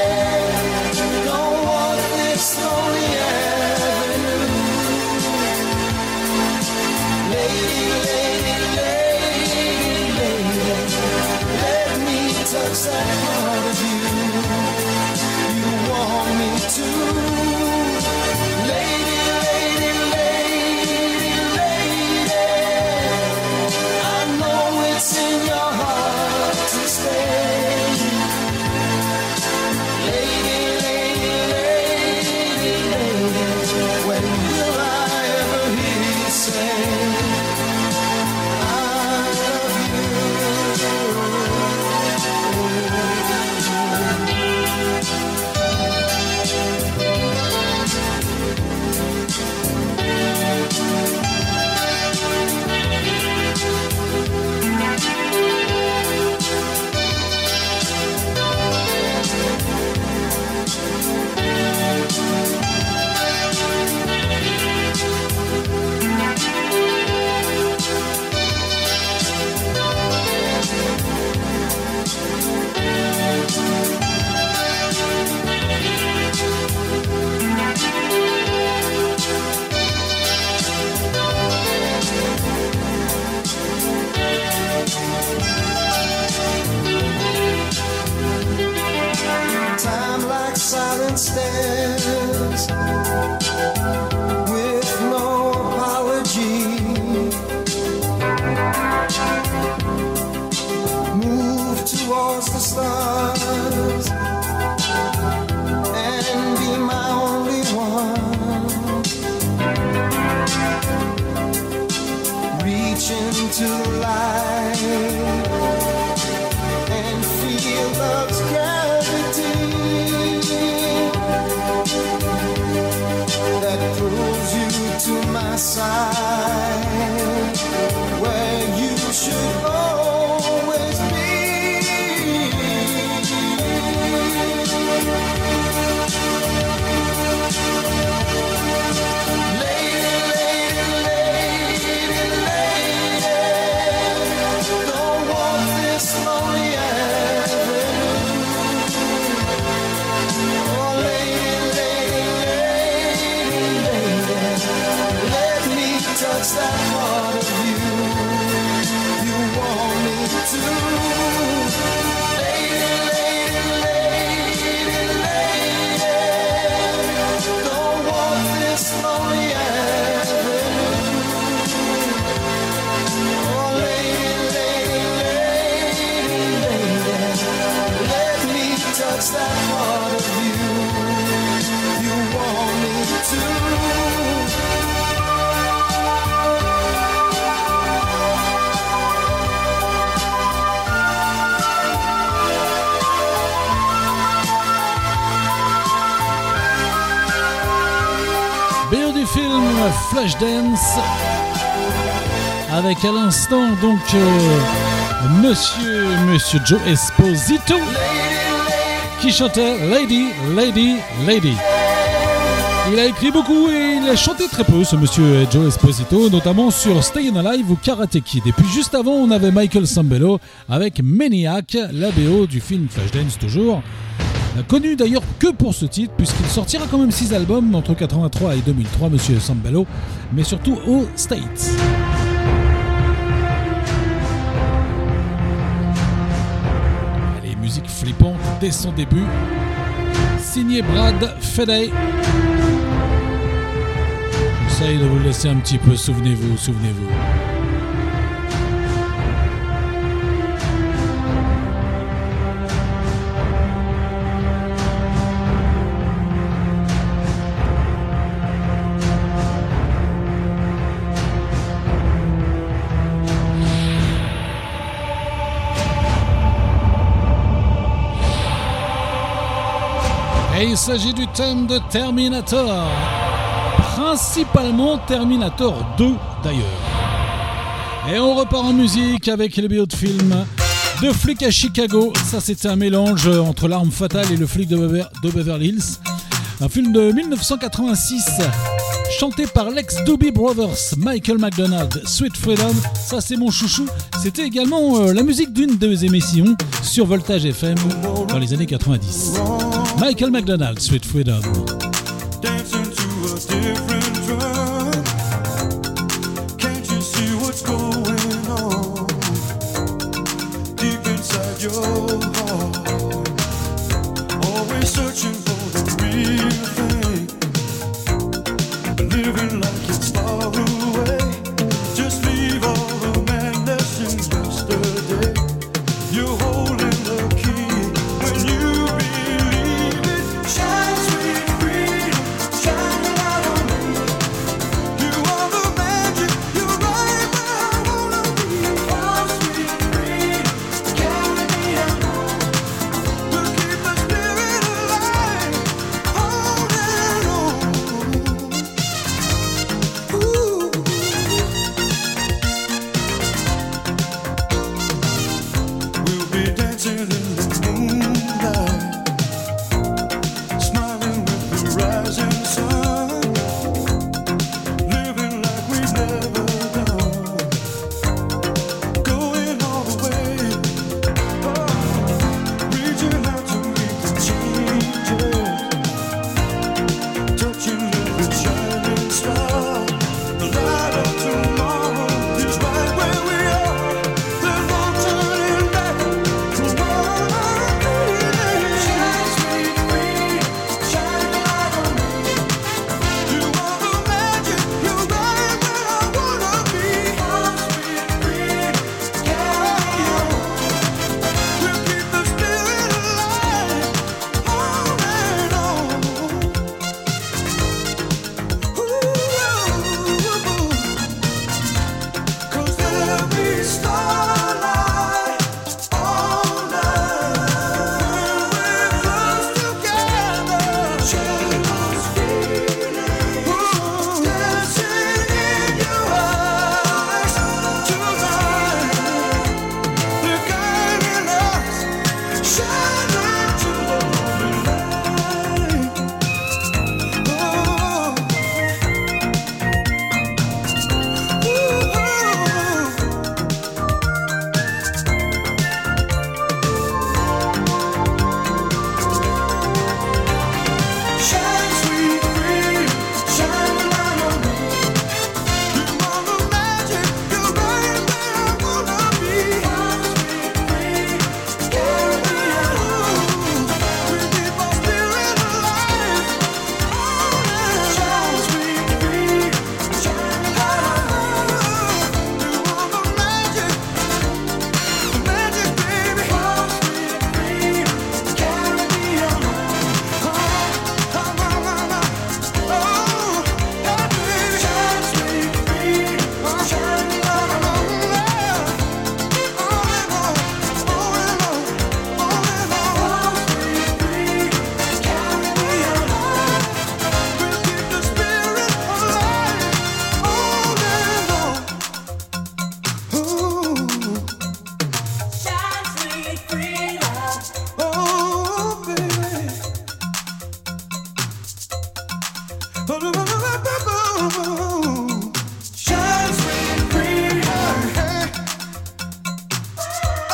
Don't walk this lonely avenue. Flashdance avec à l'instant donc euh, Monsieur Monsieur Joe Esposito qui chantait Lady, Lady, Lady. Il a écrit beaucoup et il a chanté très peu, ce monsieur Joe Esposito, notamment sur Stayin' Alive ou Karate Kid. Et puis juste avant, on avait Michael Sambello avec Maniac, la B O du film Flashdance toujours. Connu d'ailleurs que pour ce titre, puisqu'il sortira quand même six albums entre quatre-vingt-trois et deux mille trois, monsieur Sambello, mais surtout aux States. Les musiques flippantes dès son début. Signé Brad Fedey. J'essaye de vous le laisser un petit peu, souvenez-vous, souvenez-vous. Et il s'agit du thème de Terminator. Principalement Terminator deux d'ailleurs. Et on repart en musique avec les B O de films de Flic à Chicago. Ça c'était un mélange entre L'Arme Fatale et Le Flic de, Bever- de Beverly Hills. Un film de dix-neuf cent quatre-vingt-six chanté par l'ex-Doobie Brothers, Michael McDonald, Sweet Freedom. Ça c'est mon chouchou. C'était également euh, la musique d'une de mes émissions sur Voltage F M dans les années quatre-vingt-dix. Michael McDonald, Sweet Freedom. Dancing to a different drum. Can't you see what's going on deep inside your heart? Always searching for the real thing, living like it's far away. Just leave all the madness in yesterday. You're holding the key when you believe it. Shine, sweet freedom, shine a light on me. You are the magic, you're right where I wanna be. Oh, sweet freedom, carry me along. We'll keep the spirit alive, holding on. Ooh. We'll be dancing in the moonlight, smiling with the rising sun, living like we've never done, going all the way, oh, reaching out to meet the changes, touching every shining star. The light of tomorrow is right where we are. There's no turning back. The world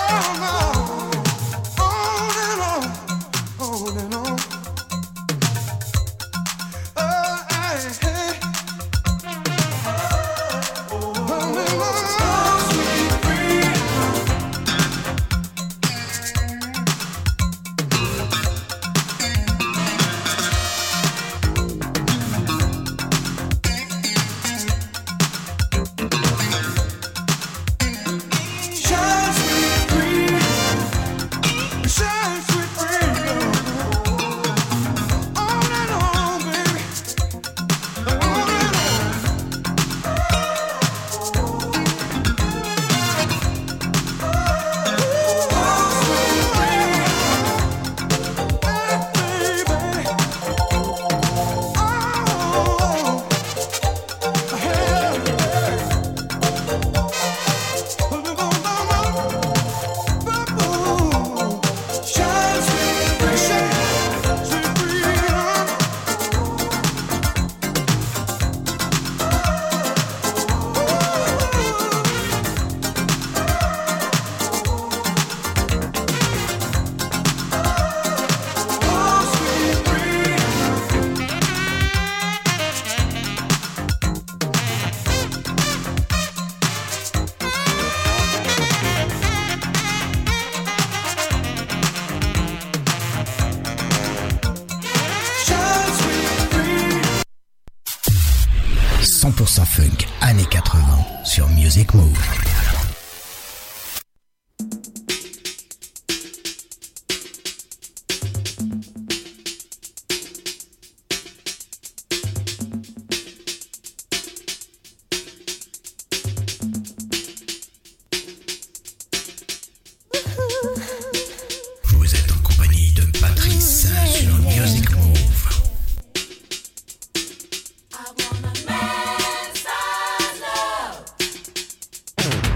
cent pour cent funk années quatre-vingts sur Music Move. Vous êtes en compagnie de Patrice sur Music Move. I want a man's love.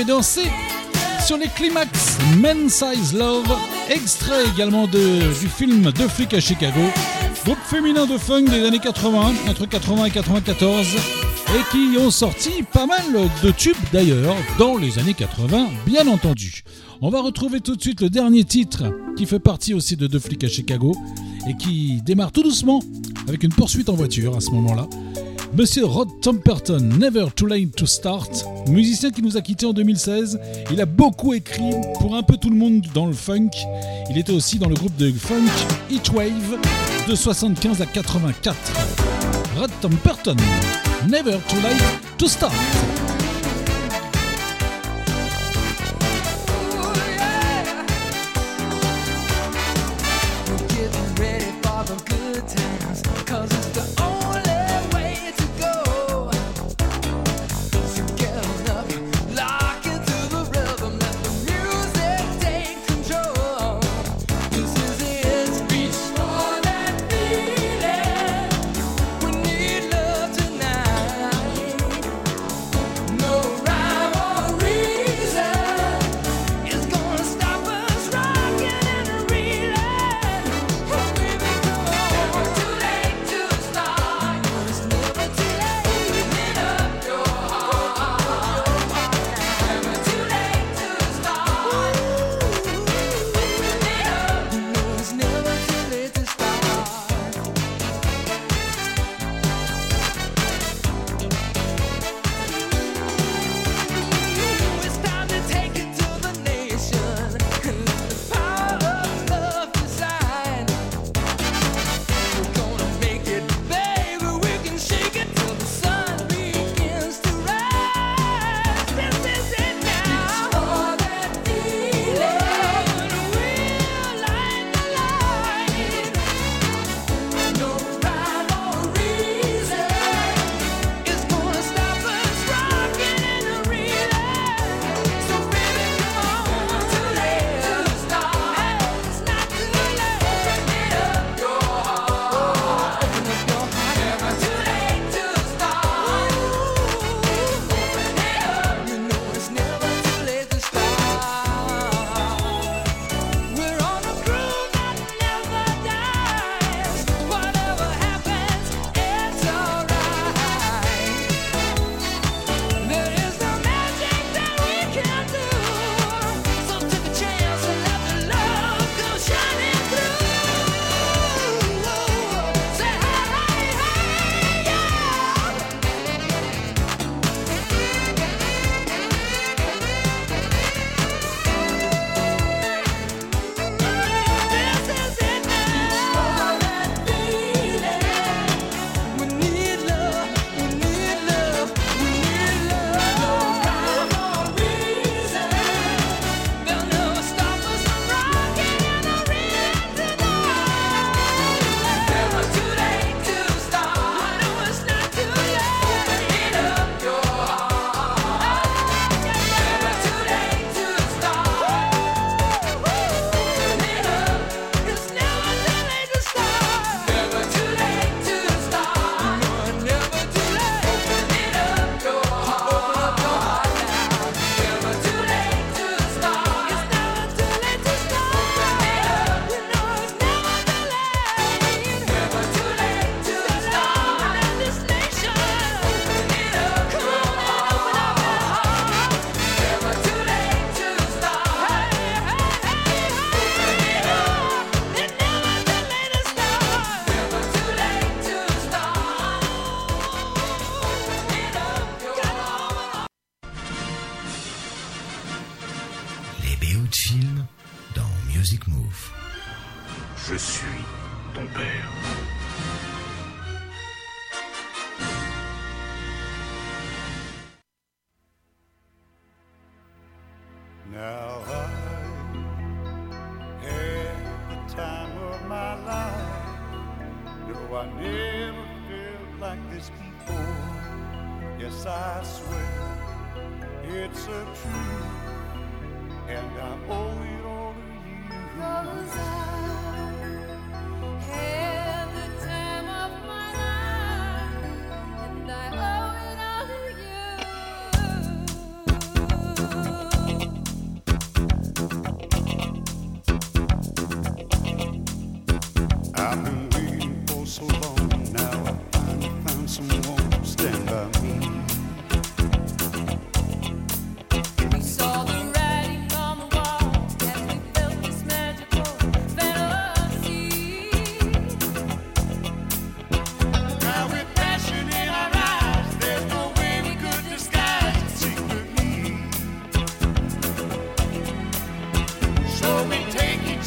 danser sur les climax. Men Size Love, extrait également de, du film Deux flics à Chicago, groupe féminin de funk des années quatre-vingts, entre quatre-vingts et quatre-vingt-quatorze, et qui ont sorti pas mal de tubes d'ailleurs dans les années quatre-vingts, bien entendu. On va retrouver tout de suite le dernier titre qui fait partie aussi de Deux flics à Chicago et qui démarre tout doucement avec une poursuite en voiture à ce moment-là. Monsieur Rod Temperton, Never Too Late to Start, musicien qui nous a quittés en deux mille seize. Il a beaucoup écrit pour un peu tout le monde dans le funk. Il était aussi dans le groupe de funk Heatwave de soixante-quinze à quatre-vingt-quatre. Rod Temperton, Never Too Late to Start. Music Move. Je suis ton père. Now I had the time of my life. No, I never felt like this before. Yes, I swear it's a truth, and I owe it all to you. 'Cause I had the time of my life, and I owe it all to you.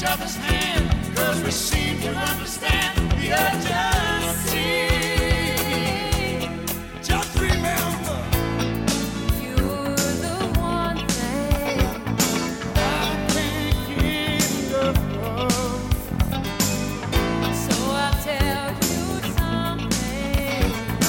other's hand, 'cause we seem to understand the urgency. Just remember, You're the one thing I can't get enough of. So I'll tell you something.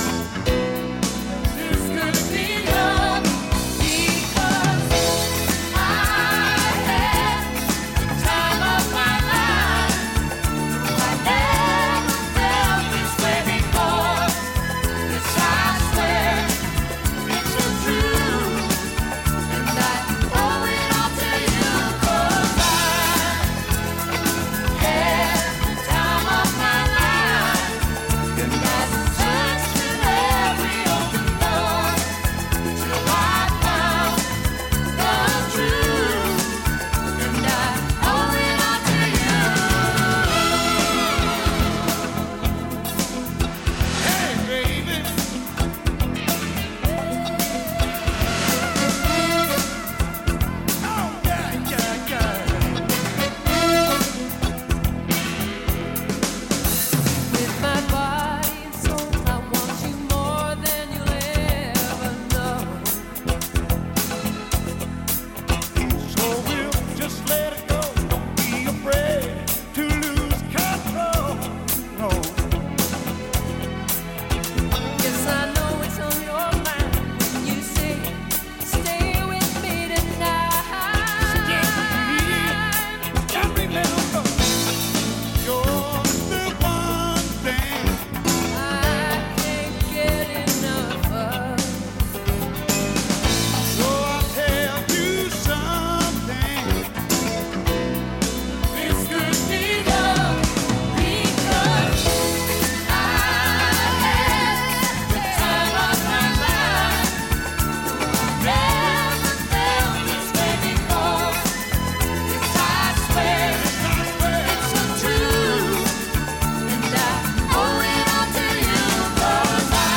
This could be love, Because I had the time of my life. I never felt this way before. Yes, I swear it's so true. and I owe it all to you. 'Cause I had the time of my life. And I searched through every open door till I found the truth. And I owe it all to you. Hey, baby. Oh, yeah, yeah, yeah. With my body and soul, I want you more than you'll ever know. So we'll just let it go. Don't be afraid to lose control. No. Yes, I know it's on your mind when you say, stay with me tonight. Just remember, you're the one thing I can't get enough of. so I'll tell you something. This could be love because I had the time of my life. Never felt this way before. Yes, I swear it's so true, and I owe it all to you. 'Cause I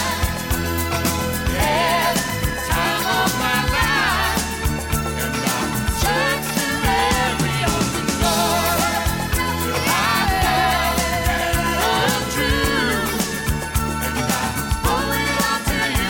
had the time of my life. And I searched through every open door till I found the truth. And I owe it all to you.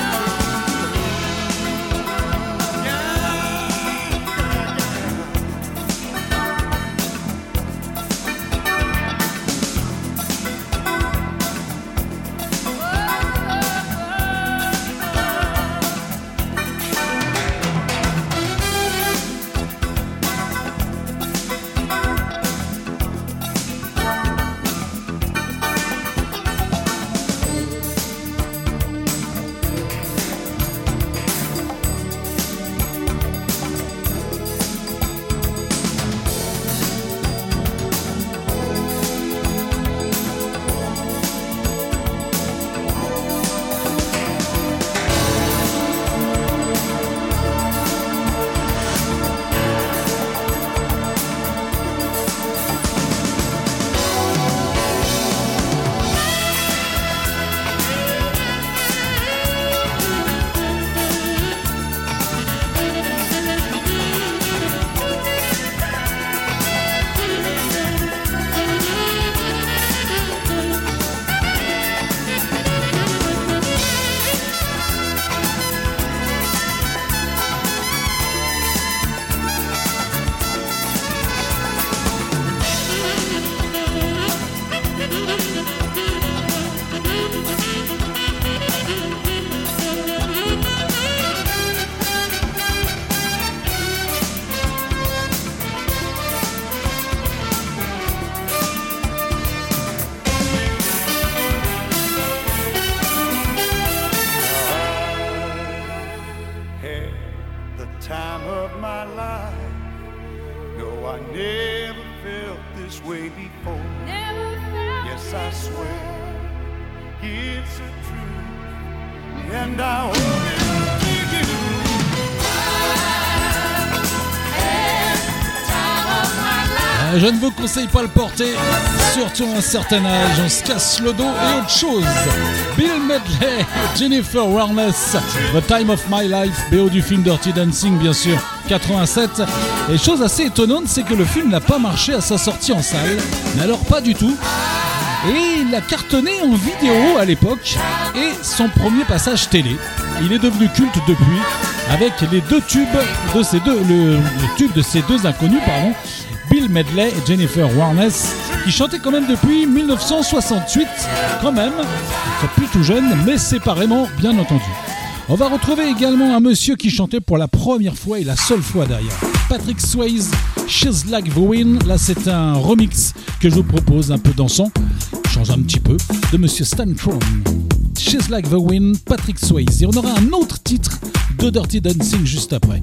Had the time of my life. No, I never felt this way before. Never felt Yes, I this swear way. it's a truth, and I owe it all to you. Time of my life. Et je ne vous conseille pas le porter, surtout à un certain âge, on se casse le dos et autre chose. Bill Medley, Jennifer Warnes, The Time of My Life, B O du film Dirty Dancing bien sûr, quatre-vingt-sept. Et chose assez étonnante, c'est que le film n'a pas marché à sa sortie en salle, mais alors pas du tout. Et il a cartonné en vidéo à l'époque et son premier passage télé. Il est devenu culte depuis avec les deux tubes de ces deux, le, le tube de ces deux inconnus, pardon, Bill Medley et Jennifer Warnes, qui chantaient quand même depuis mille neuf cent soixante-huit, quand même. Ils sont plus tout jeunes, mais séparément, bien entendu. On va retrouver également un monsieur qui chantait pour la première fois et la seule fois derrière. Patrick Swayze, She's Like the Wind. Là, c'est un remix que je vous propose, un peu dansant. Change un petit peu, de monsieur Stan Tron. She's Like the Wind, Patrick Swayze. Et on aura un autre titre de Dirty Dancing juste après.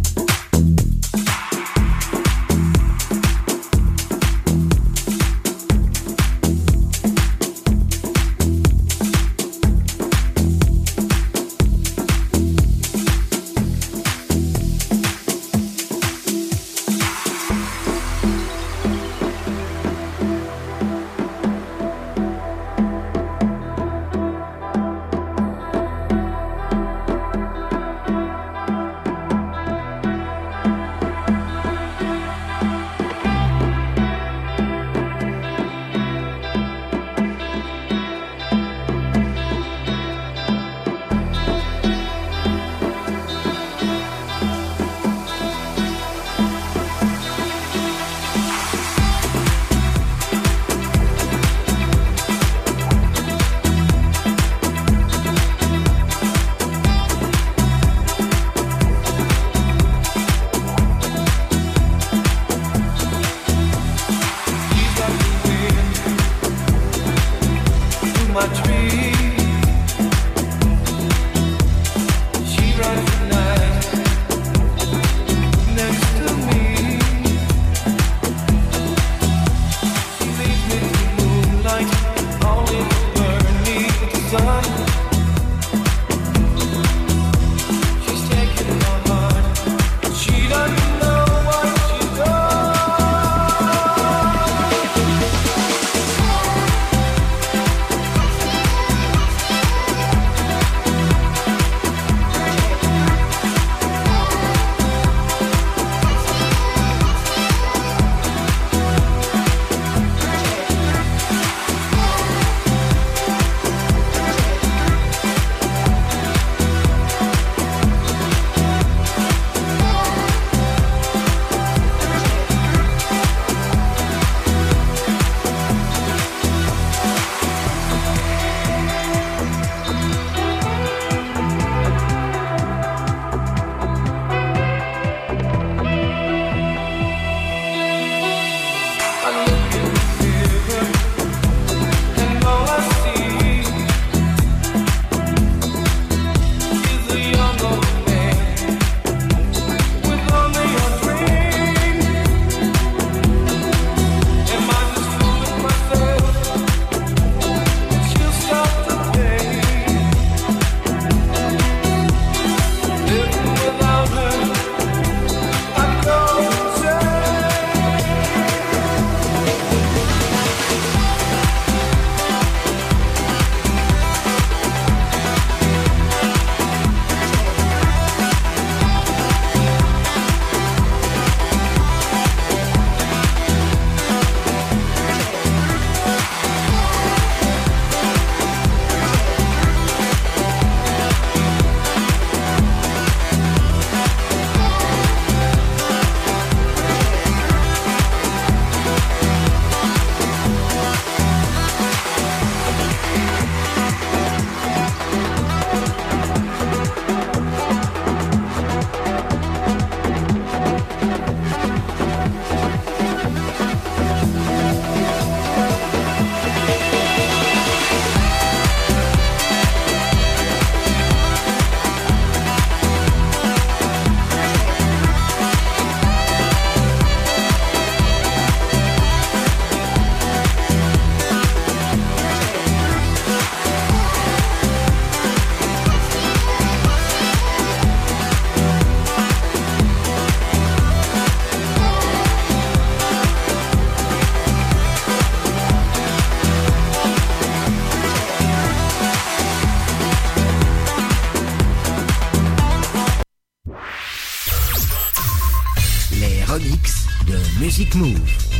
Music Move.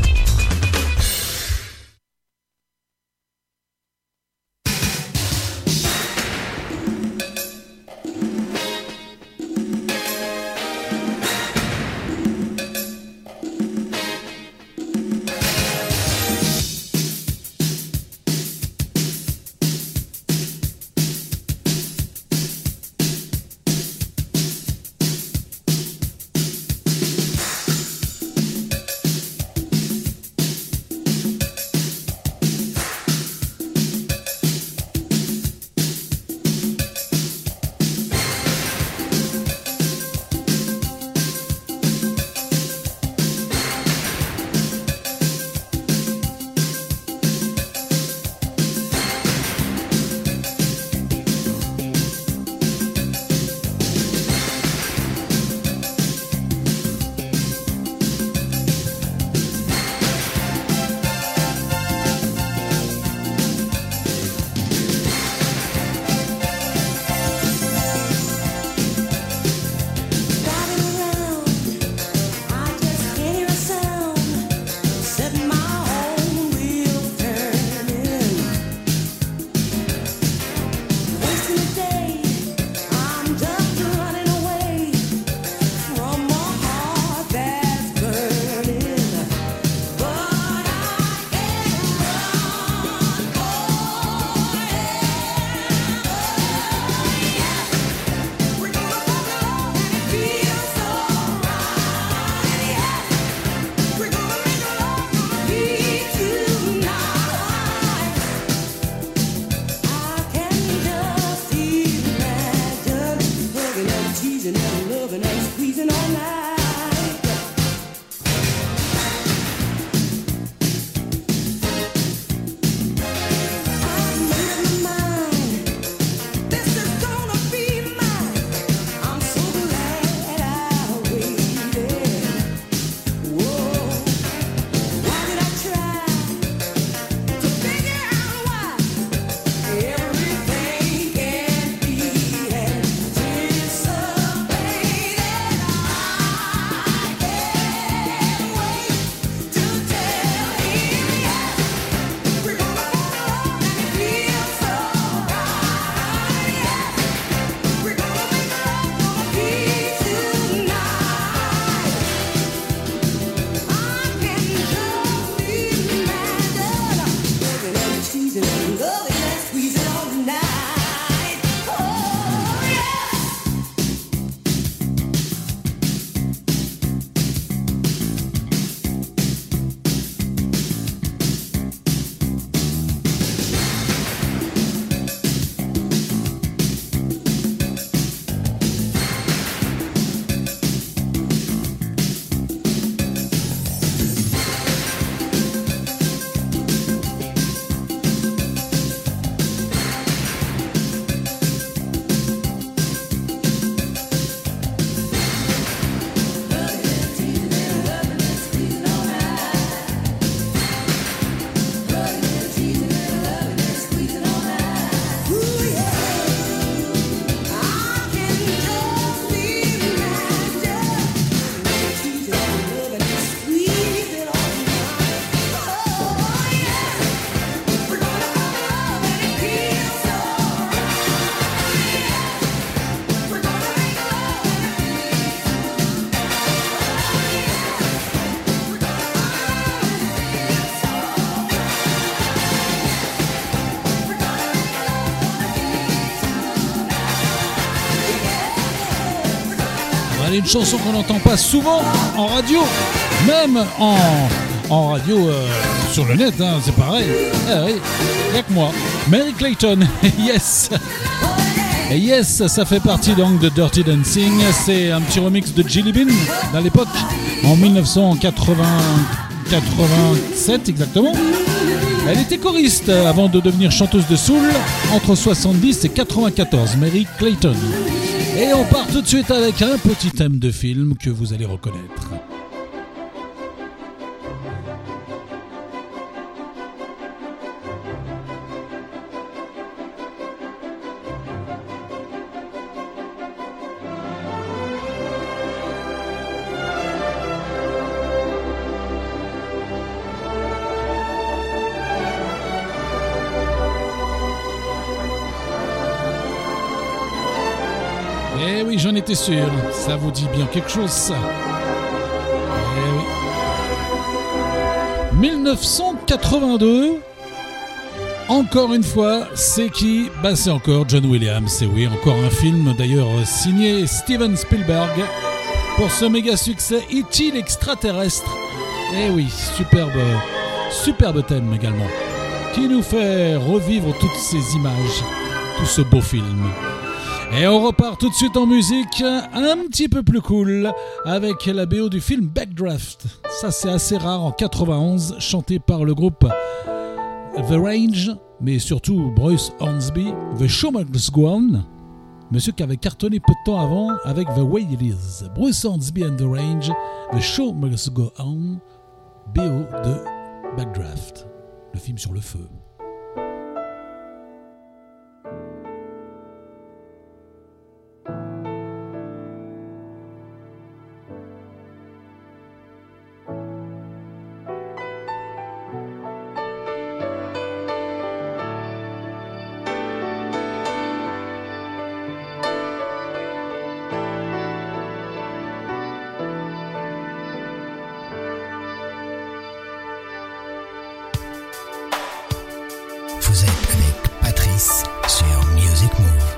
Une chanson qu'on n'entend pas souvent en radio, même en, en radio euh, sur le net, hein, c'est pareil. Ah oui, il n'y a que moi. Mary Clayton, yes. Et yes, ça fait partie donc de Dirty Dancing. C'est un petit remix de Jelly Bean à l'époque, en dix-neuf cent quatre-vingt-sept exactement. Elle était choriste avant de devenir chanteuse de soul entre soixante-dix et quatre-vingt-quatorze, Mary Clayton. Et on part tout de suite avec un petit thème de film que vous allez reconnaître. oui, j'en étais sûr. Ça vous dit bien quelque chose, ça. Eh oui. dix-neuf cent quatre-vingt-deux. Encore une fois, c'est qui? Bah, c'est encore John Williams. Et oui, encore un film d'ailleurs signé Steven Spielberg pour ce méga succès E T l'extraterrestre. Et oui, superbe, superbe thème également, qui nous fait revivre toutes ces images, tout ce beau film. Et on repart tout de suite en musique, un petit peu plus cool, avec la B O du film Backdraft. Ça, c'est assez rare en quatre-vingt-onze, chanté par le groupe The Range, mais surtout Bruce Hornsby, The Show Must Go On, monsieur qui avait cartonné peu de temps avant avec The Way It Is. Bruce Hornsby and The Range, The Show Must Go On, B O de Backdraft, le film sur le feu. Vous êtes avec Patrice sur Music Move.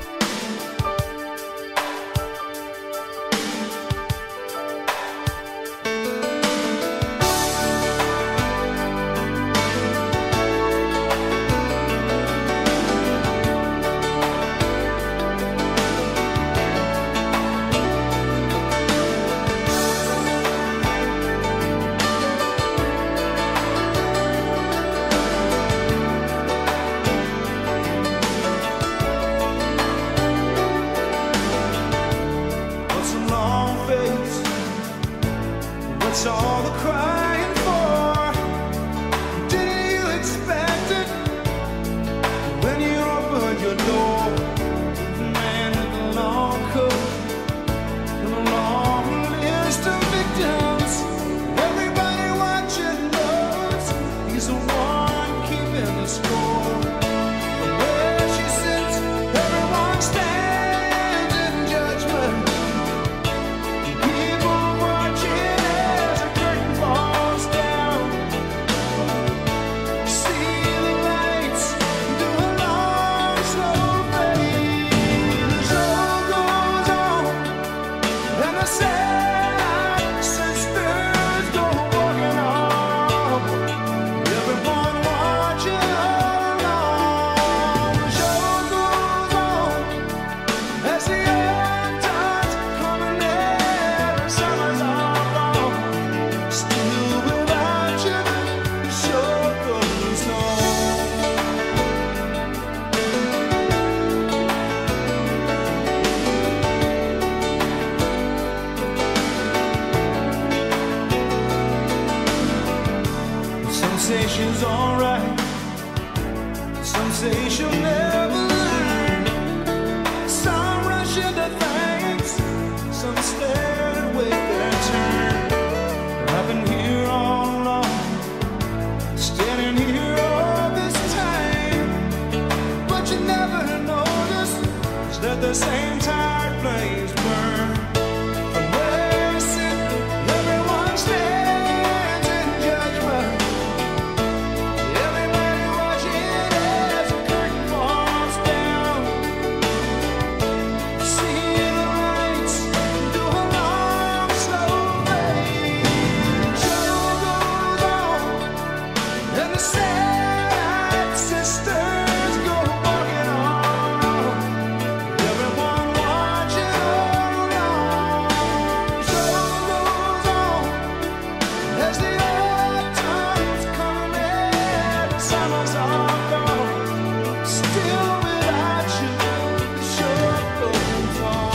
What's a long face? What's all the crying for? Didn't you expect it when you opened your door? Man with a long coat and a long list of victims. Everybody watching knows he's the one keeping the score. From where she sits, everyone stands in judgment. People watching as the curtain falls down. See the lights do a long slow fade. The show goes on and the sad sisters go walking on. Everyone watching along. The show goes on as the end times come and every summer's all gone. Still without you, the show goes on. Some say she's alright, some say she'll never learn. Some rush into things, some stare and wait their turn. I've been here all along, standing here all this time, but you never notice is that the same tired flames burn. From where you sit, everyone stands in judgment. Everybody watching as the curtain falls down. See the lights do a long slow fade. Show goes on and the sad sisters go walking on. Everyone watching along. Show goes on as the old times come and the summer's all gone. Still without you, the show goes on.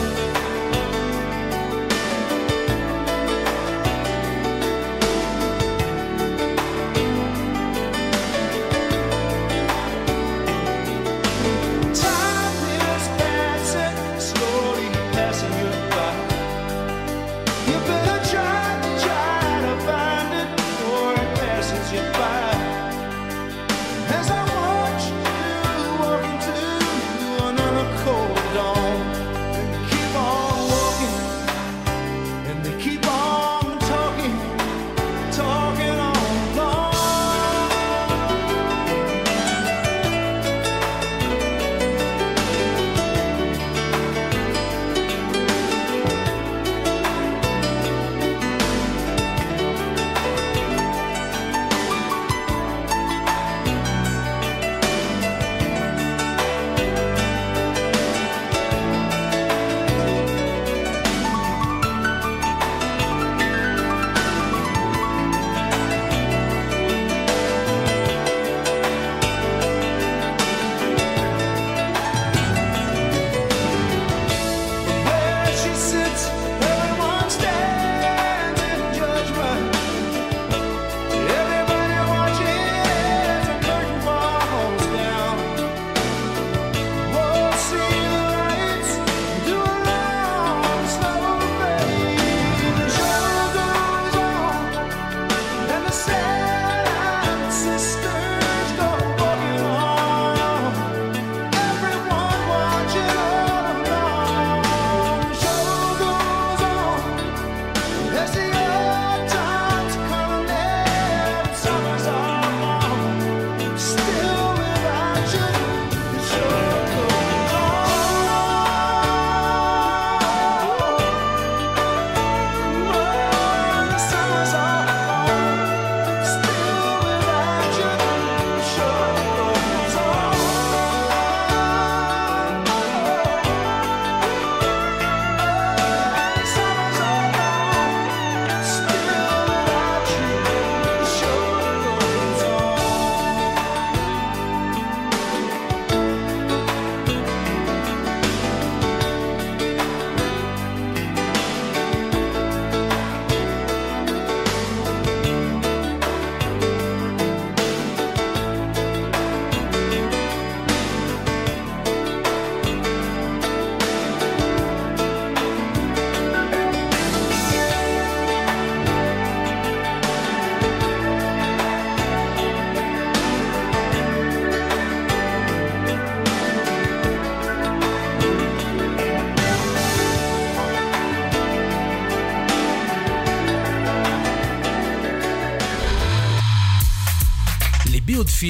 Time is passing, slowly passing you by. You better try, try to find it before it passes you by.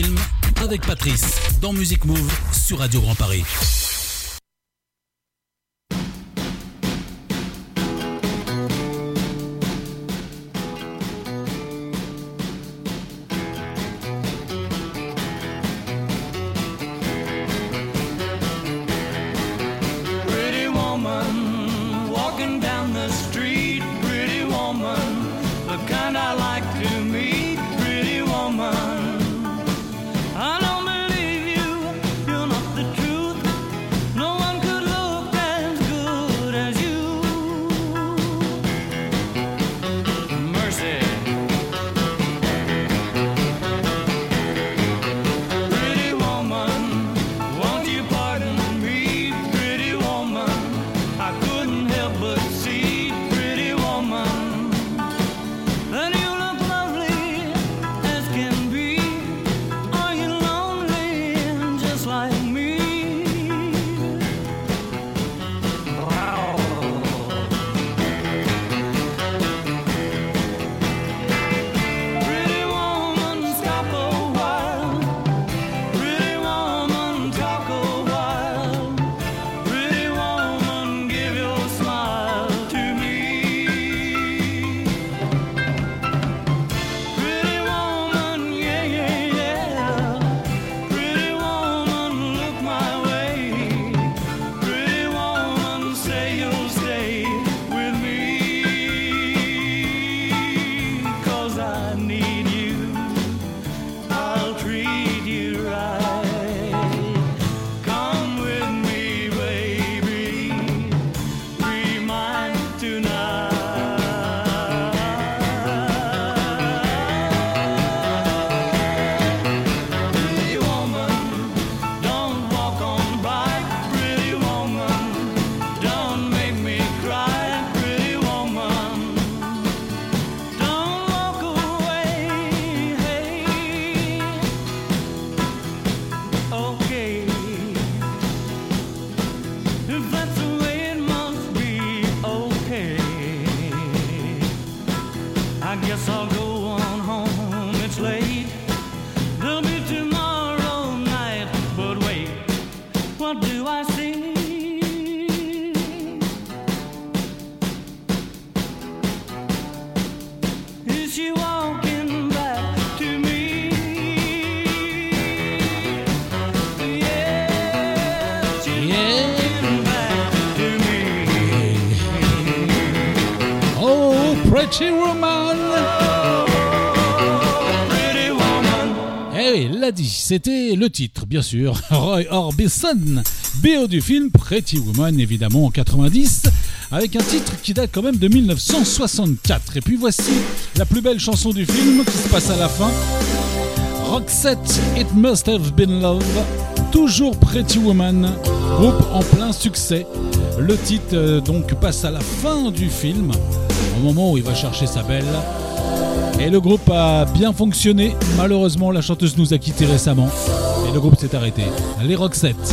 Film avec Patrice dans Music Move sur Radio Grand Paris. Pretty woman walking down the street, pretty woman, the kind I like to meet, pretty woman. I don't believe you, you're not the truth. No one could look as good as you. Mercy. Pretty woman, won't you pardon me, pretty woman? I couldn't help but see, pretty woman, that you look lovely as can be. Are you lonely just like me? Wow. Pretty woman, stop a while. Pretty woman, talk a while. Pretty woman, give your smile to me. Pretty woman, yeah, yeah, yeah. Pretty woman, look my way. Pretty woman, say you'll stay with me. 'Cause I need you. I'll treat you right. Come with me, baby. Be mine tonight. Pretty woman, don't walk on by. Pretty woman, don't make me cry. Pretty woman, don't walk away. Hey. Okay. If that's the way it must be, okay. I guess I'll go on home, it's late. There'll be tomorrow night, but wait, what do I see? Is she walking back to me? Yeah, she's Yeah. walking back to me. Oh, Pretty Woman. Pretty woman. Eh oui, l'a dit, c'était le titre, bien sûr. Roy Orbison, B O du film Pretty Woman, évidemment en quatre-vingt-dix, avec un titre qui date quand même de mille neuf cent soixante-quatre. Et puis voici la plus belle chanson du film qui se passe à la fin. Roxette, It Must Have Been Love, toujours Pretty Woman, groupe en plein succès. Le titre euh, donc passe à la fin du film, au moment où il va chercher sa belle. Et le groupe a bien fonctionné. Malheureusement, la chanteuse nous a quittés récemment et le groupe s'est arrêté. Les Roxettes.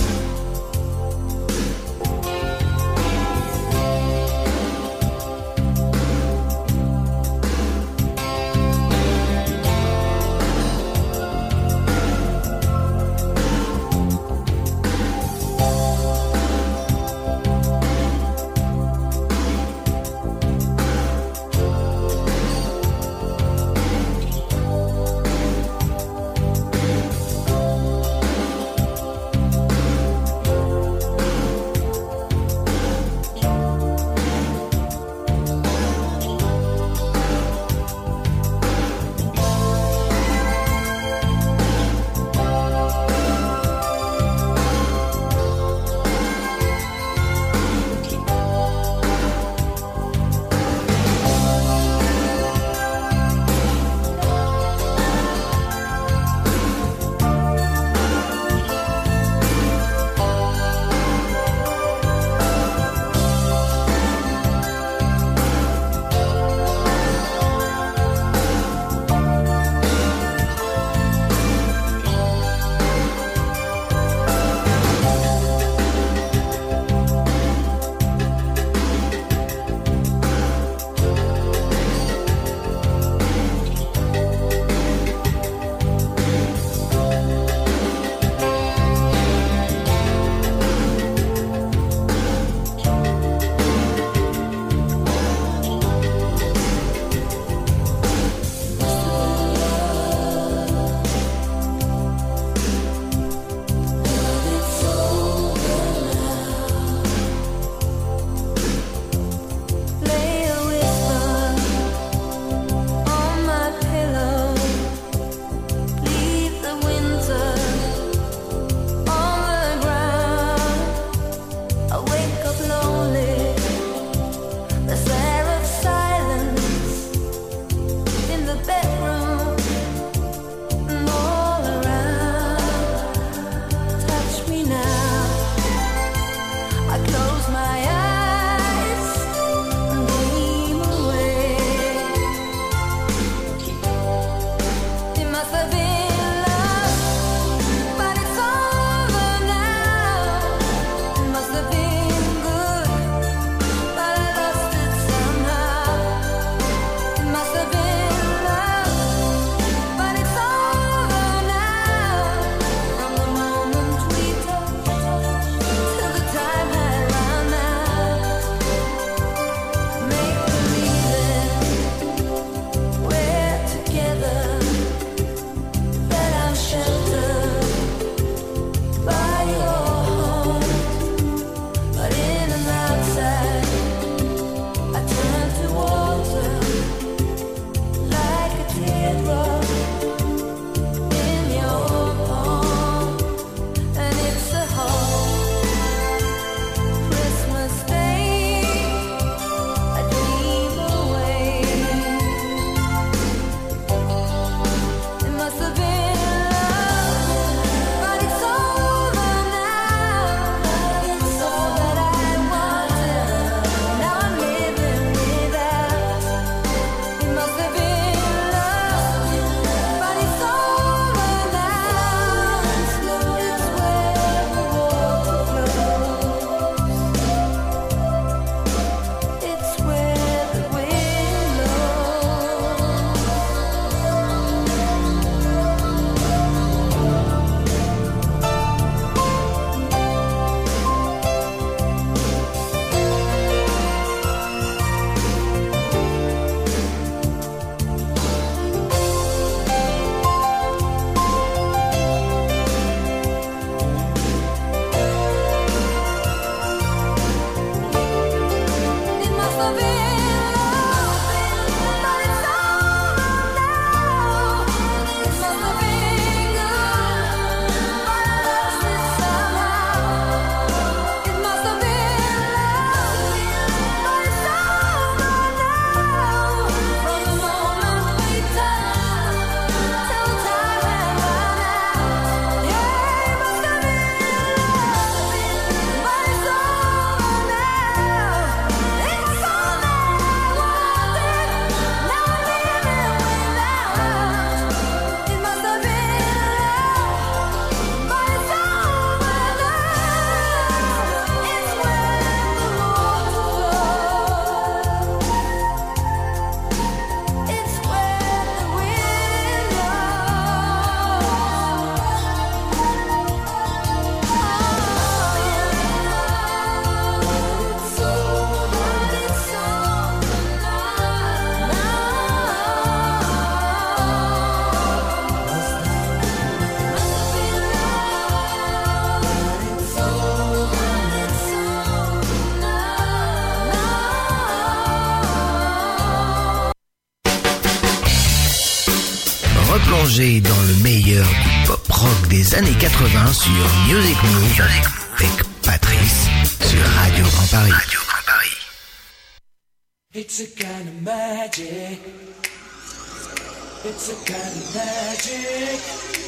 plongée dans le meilleur du pop rock des années quatre-vingts sur Music Move avec Patrice sur Radio Grand Paris. Radio Grand Paris. It's a kind of magic. It's a kind of magic.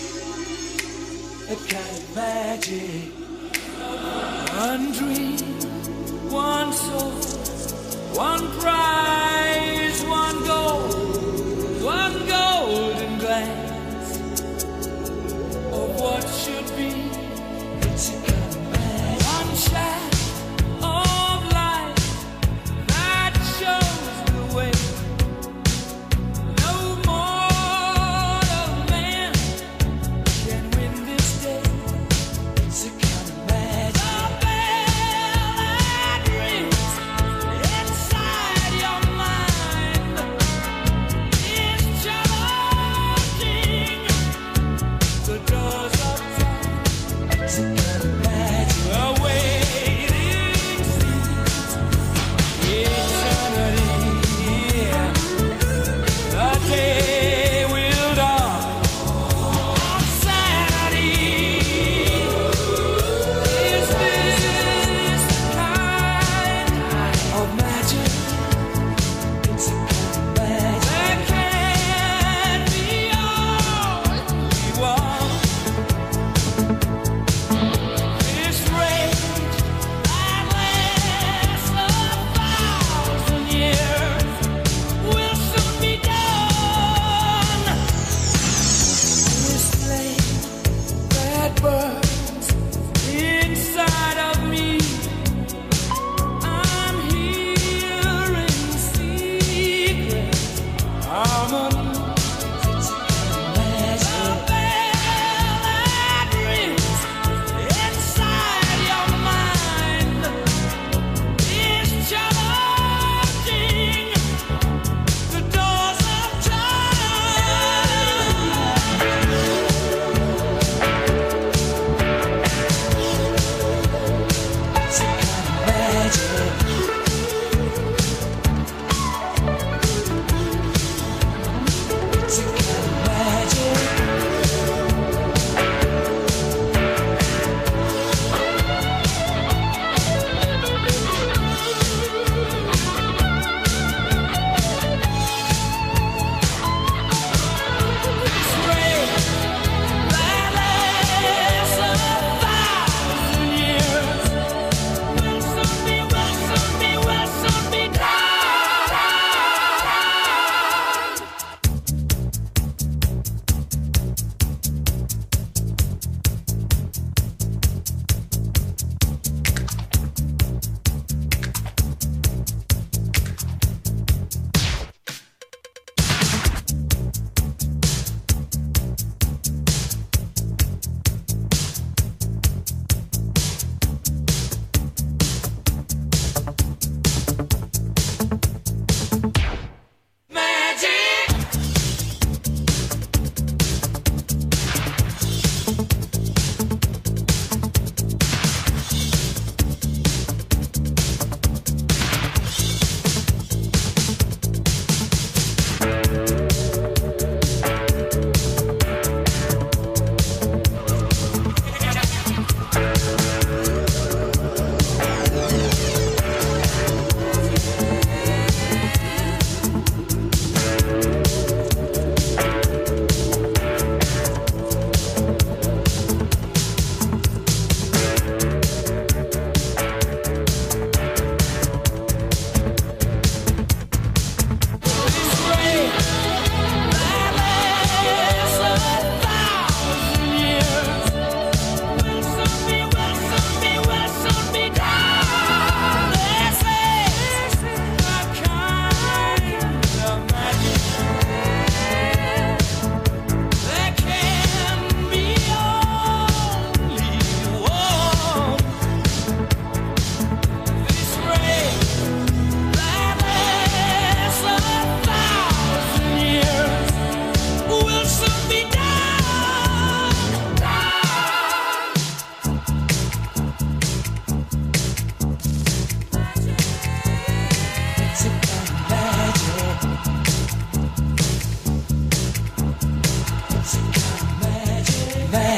A kind of magic. One dream, one soul, one prize, one goal, one golden glance of what should be. It's a kind of magic. One shot of light that shows the way. No mortal man can win this day. It's a kind of magic. The bell that rings inside your mind.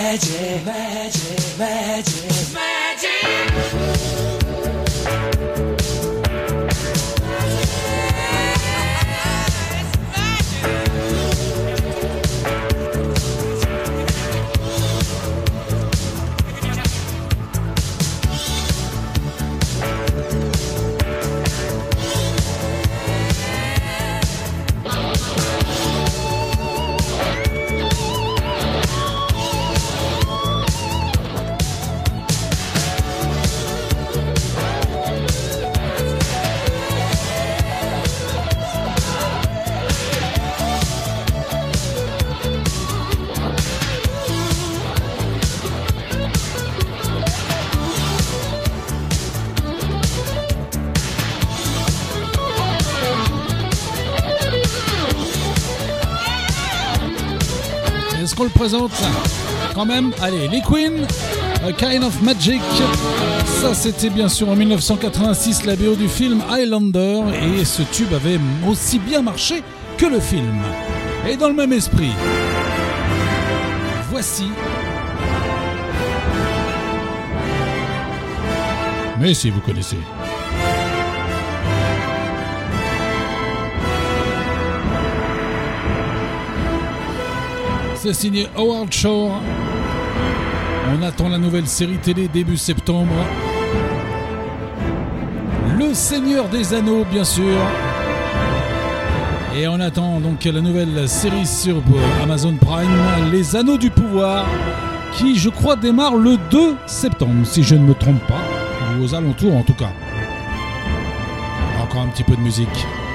magic, magic, magic, magic. Est-ce qu'on le présente quand même? Allez, les Queen, A Kind of Magic. Ça, c'était bien sûr en dix-neuf cent quatre-vingt-six, la B O du film Highlander. Et ce tube avait aussi bien marché que le film. Et dans le même esprit, voici... Mais si vous connaissez... C'est signé Howard Shore. On attend la nouvelle série télé début septembre. Le Seigneur des Anneaux, bien sûr. Et on attend donc la nouvelle série sur Amazon Prime, Les Anneaux du Pouvoir, qui, je crois, démarre le deux septembre, si je ne me trompe pas, ou aux alentours en tout cas. Encore un petit peu de musique.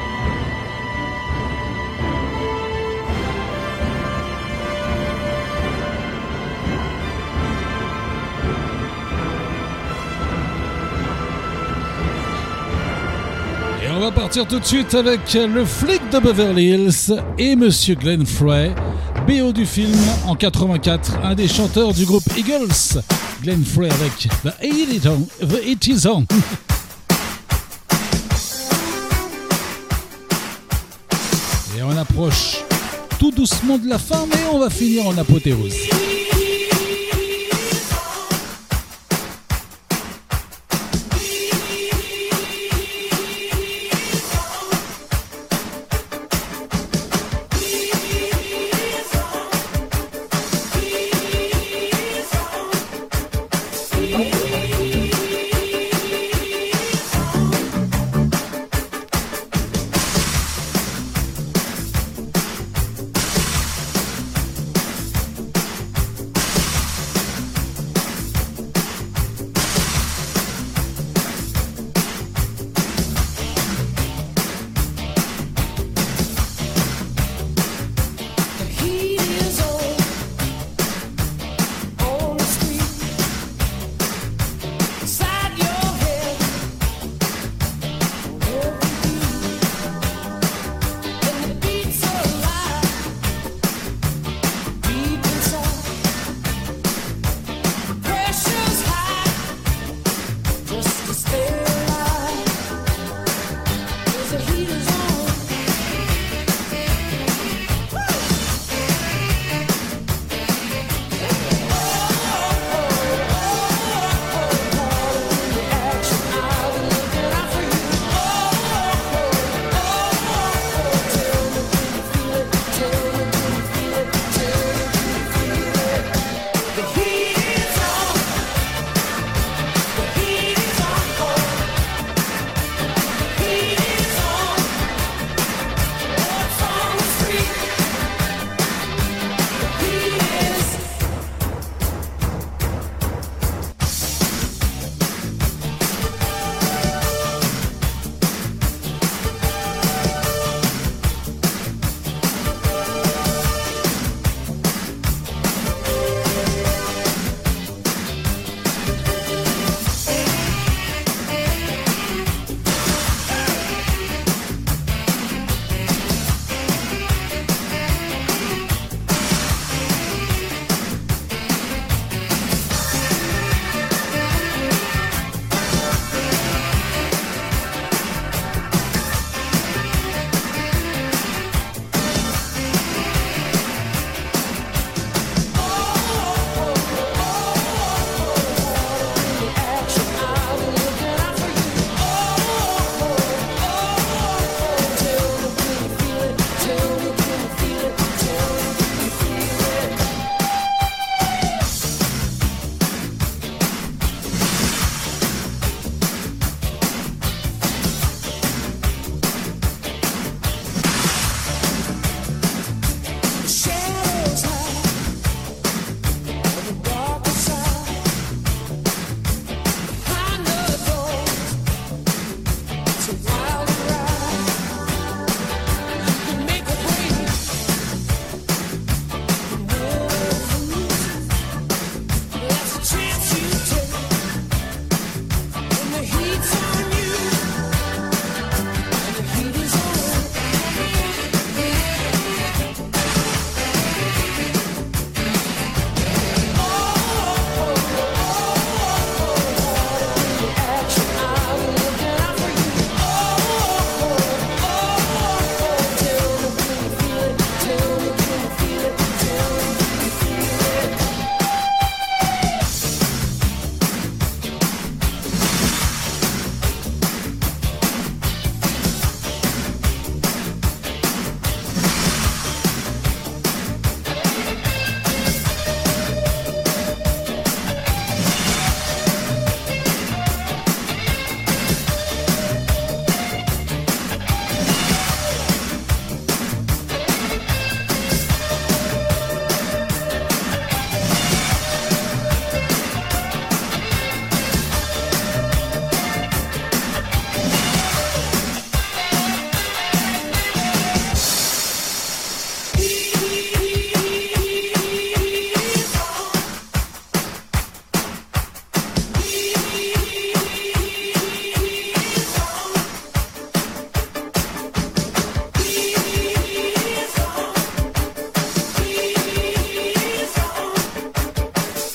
On va partir tout de suite avec le flic de Beverly Hills et Monsieur Glenn Frey, B O du film en quatre-vingt-quatre, un des chanteurs du groupe Eagles, Glenn Frey avec The eighties On. Et on approche tout doucement de la fin, mais on va finir en apothéose.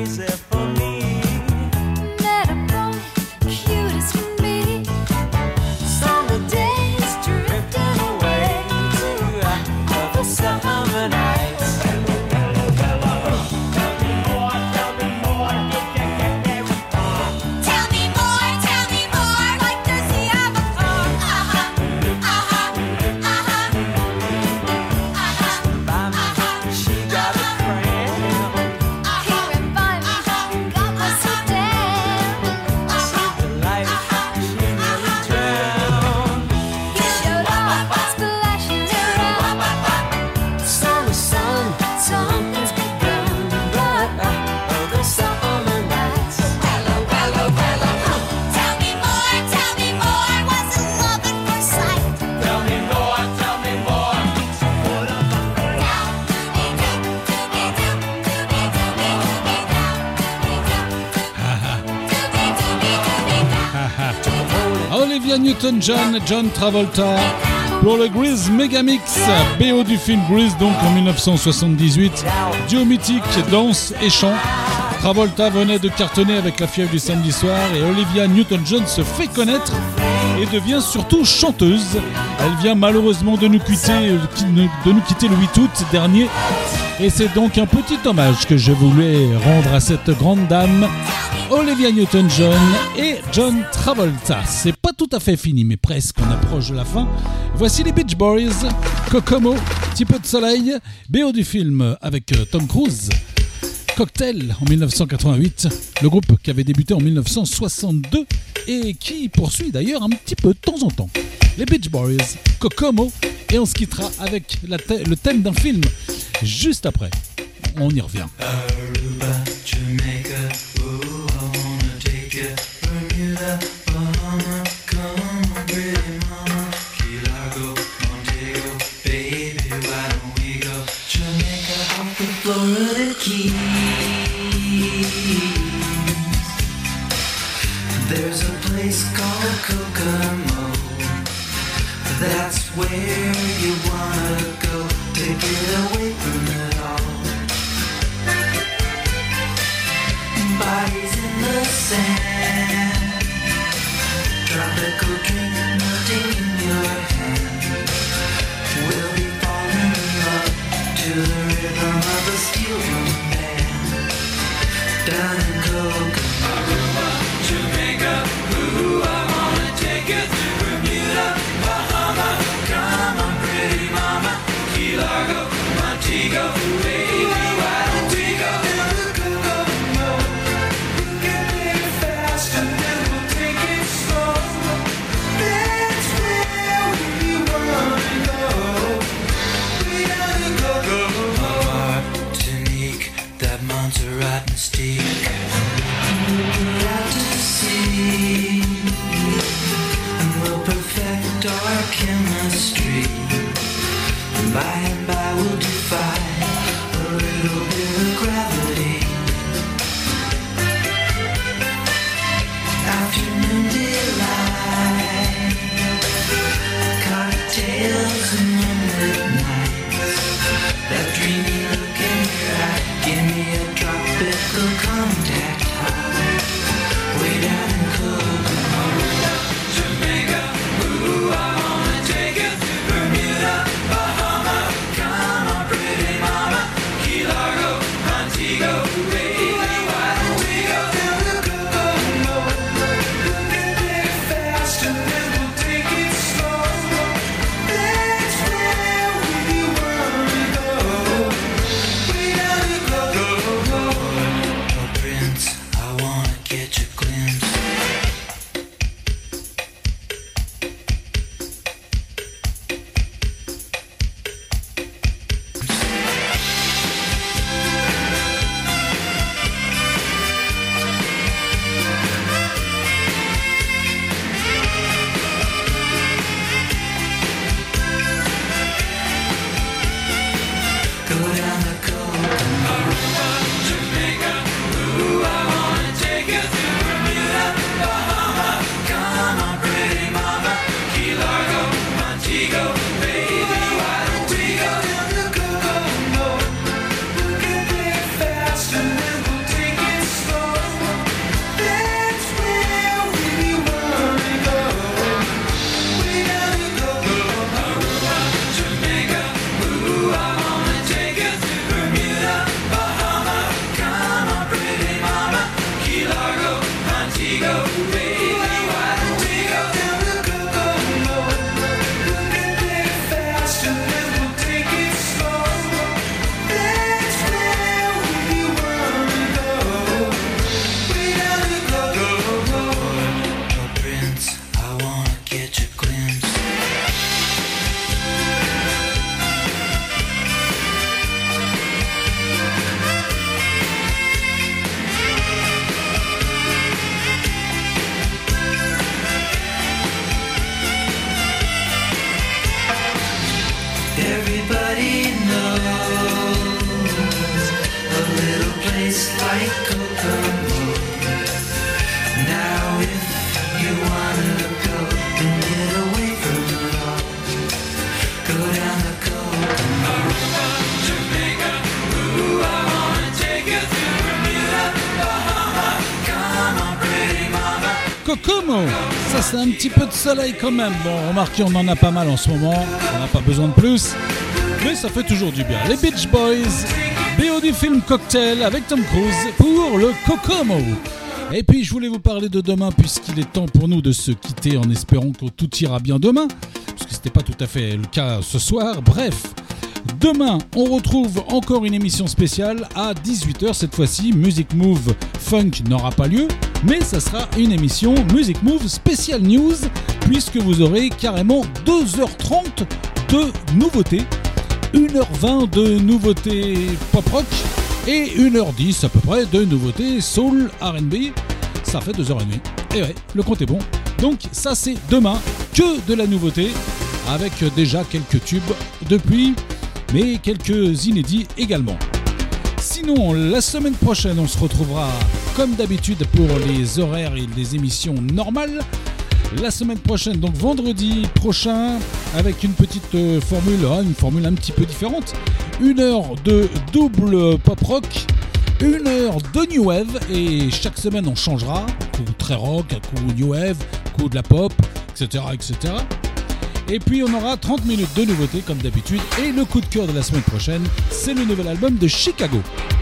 crazy for me. Met a boy, cutest can be. Summer days drifting away to the summer nights. Tell me more, tell me more. Like does he have a car? Uh-huh, uh-huh, uh-huh, uh-huh. She got a cramp. Here in Bali, got my sedan. The life she nearly drowned. He showed up, splashing around. Summer sun, something's begun. But oh, the summer nights. Hello, hello, hello. Tell me more, tell me more. Was it love at first sight? Tell me more, tell me more. Olivia Newton-John, John Travolta pour le Grease Megamix, B O du film Grease donc en mille neuf cent soixante-dix-huit. Duo mythique, danse et chant. Travolta venait de cartonner avec La fièvre du samedi soir et Olivia Newton-John se fait connaître et devient surtout chanteuse. Elle vient malheureusement de nous quitter, de nous quitter le huit août dernier et c'est donc un petit hommage que je voulais rendre à cette grande dame. Olivia Newton-John et John Travolta. C'est pas tout à fait fini, mais presque, on approche de la fin. Voici les Beach Boys, Kokomo, Petit peu de soleil, B O du film avec Tom Cruise, Cocktail en mille neuf cent quatre-vingt-huit, le groupe qui avait débuté en mille neuf cent soixante-deux et qui poursuit d'ailleurs un petit peu de temps en temps. Les Beach Boys, Kokomo, et on se quittera avec la thè- le thème d'un film juste après. On y revient. Aruba, Jamaica, ooh, I wanna take you. Bermuda, Bahama, come on, pretty mama. Key Largo, Montego, baby, why don't we go? Jamaica, off the Florida Keys. There's a place called Kokomo. That's where you wanna go to get away from it all. Bodies in the sand, tropical drink melting in your hand. We'll be falling in love to the rhythm of a steel drum band. Down in Kokomo, Jamaica, ooh, I wanna take you to Bermuda, Bahama, come on, pretty mama, Key Largo, Montego, baby, why don't we go to Kokomo? Get there fast and then we'll take it slow. That's where we wanna go. We gotta go, go, Martinique, that Montserrat mystique. Out to sea, and we'll perfect our chemistry. By and by we'll defy a little bit of gravity. Afternoon delight, cocktails and moonlit nights. That dreamy look in your eye, give me a tropical contact high. Way down in Kokomo, Jamaica, ooh, I wanna take you to Bermuda, Bahama, come on, pretty mama, Key Largo, Montego, baby, why don't we go to Kokomo? We'll get there fast and then we'll take it slow. That's where we wanna go. We gotta go, go, go. Kokomo. Ça, c'est un petit peu de soleil quand même. Bon, remarquez, on en a pas mal en ce moment. On n'a pas besoin de plus. Mais ça fait toujours du bien. Les Beach Boys, B O du film Cocktail avec Tom Cruise pour le Kokomo. Et puis, je voulais vous parler de demain puisqu'il est temps pour nous de se quitter en espérant que tout ira bien demain. Parce que ce n'était pas tout à fait le cas ce soir. Bref. Demain, on retrouve encore une émission spéciale à dix-huit heures. Cette fois-ci, Music Move Funk n'aura pas lieu, mais ça sera une émission Music Move Special News, puisque vous aurez carrément deux heures trente de nouveautés, une heure vingt de nouveautés pop-rock et une heure dix à peu près de nouveautés soul R and B. Ça fait deux heures trente. Et ouais, le compte est bon. Donc ça, c'est demain, que de la nouveauté, avec déjà quelques tubes depuis, mais quelques inédits également. Sinon, la semaine prochaine, on se retrouvera comme d'habitude pour les horaires et les émissions normales. La semaine prochaine, donc vendredi prochain, avec une petite euh, formule, hein, une formule un petit peu différente. Une heure de double pop-rock, une heure de new wave, et chaque semaine on changera. Un coup très rock, un coup new wave, un coup de la pop, et cetera, et cetera. Et puis on aura trente minutes de nouveautés comme d'habitude. Et le coup de cœur de la semaine prochaine, c'est le nouvel album de Chicago.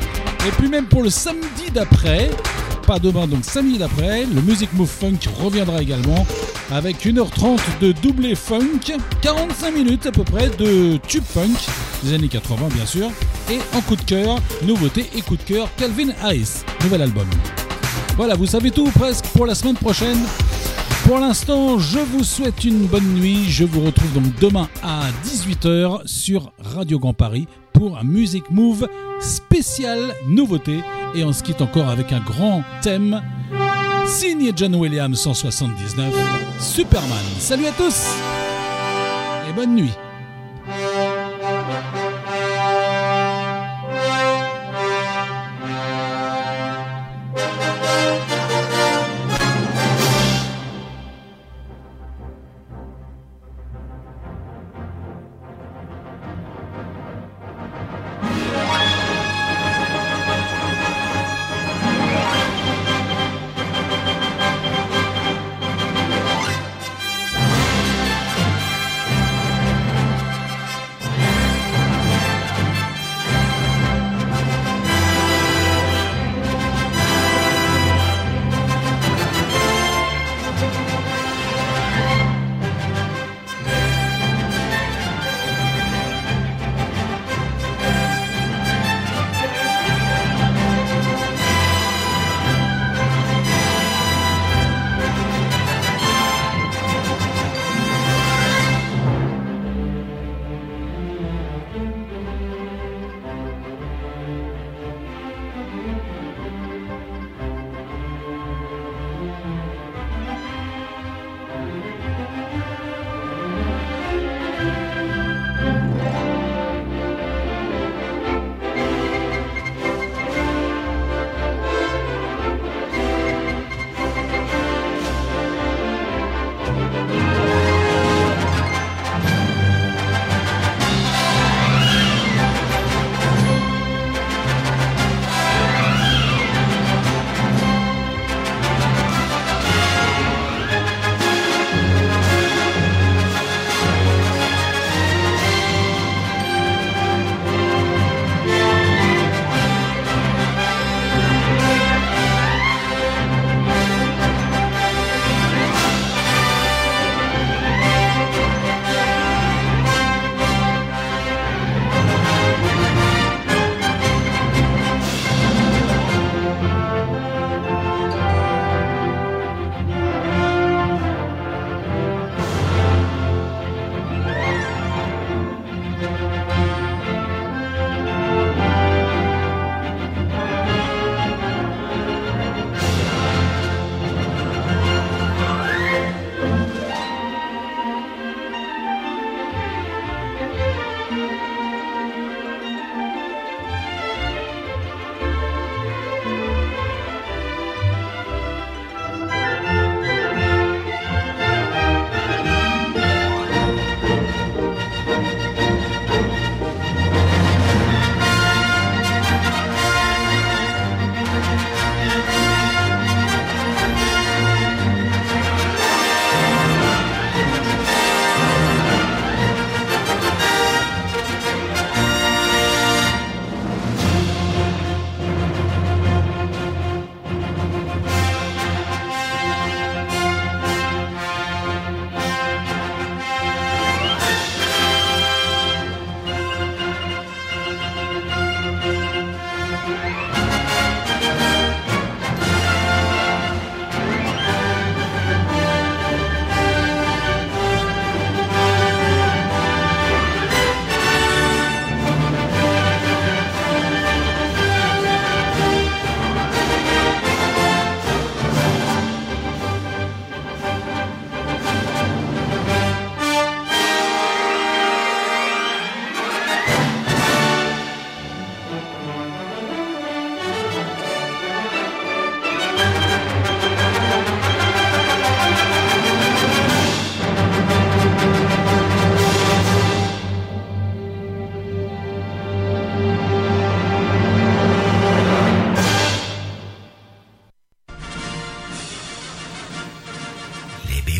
Et puis même pour le samedi d'après, pas demain donc samedi d'après, le Music Move Funk reviendra également avec une heure trente de doublé funk, quarante-cinq minutes à peu près de tube funk des années quatre-vingts bien sûr. Et en coup de cœur, nouveauté et coup de cœur, Calvin Harris, nouvel album. Voilà, vous savez tout presque pour la semaine prochaine. Pour l'instant, je vous souhaite une bonne nuit. Je vous retrouve donc demain à dix-huit heures sur Radio Grand Paris pour un Music Move spécial nouveauté. Et on se quitte encore avec un grand thème signé John Williams cent soixante-dix-neuf, Superman. Salut à tous et bonne nuit.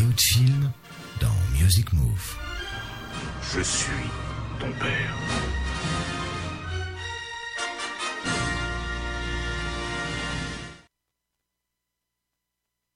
de film dans Music Move. Je suis ton père.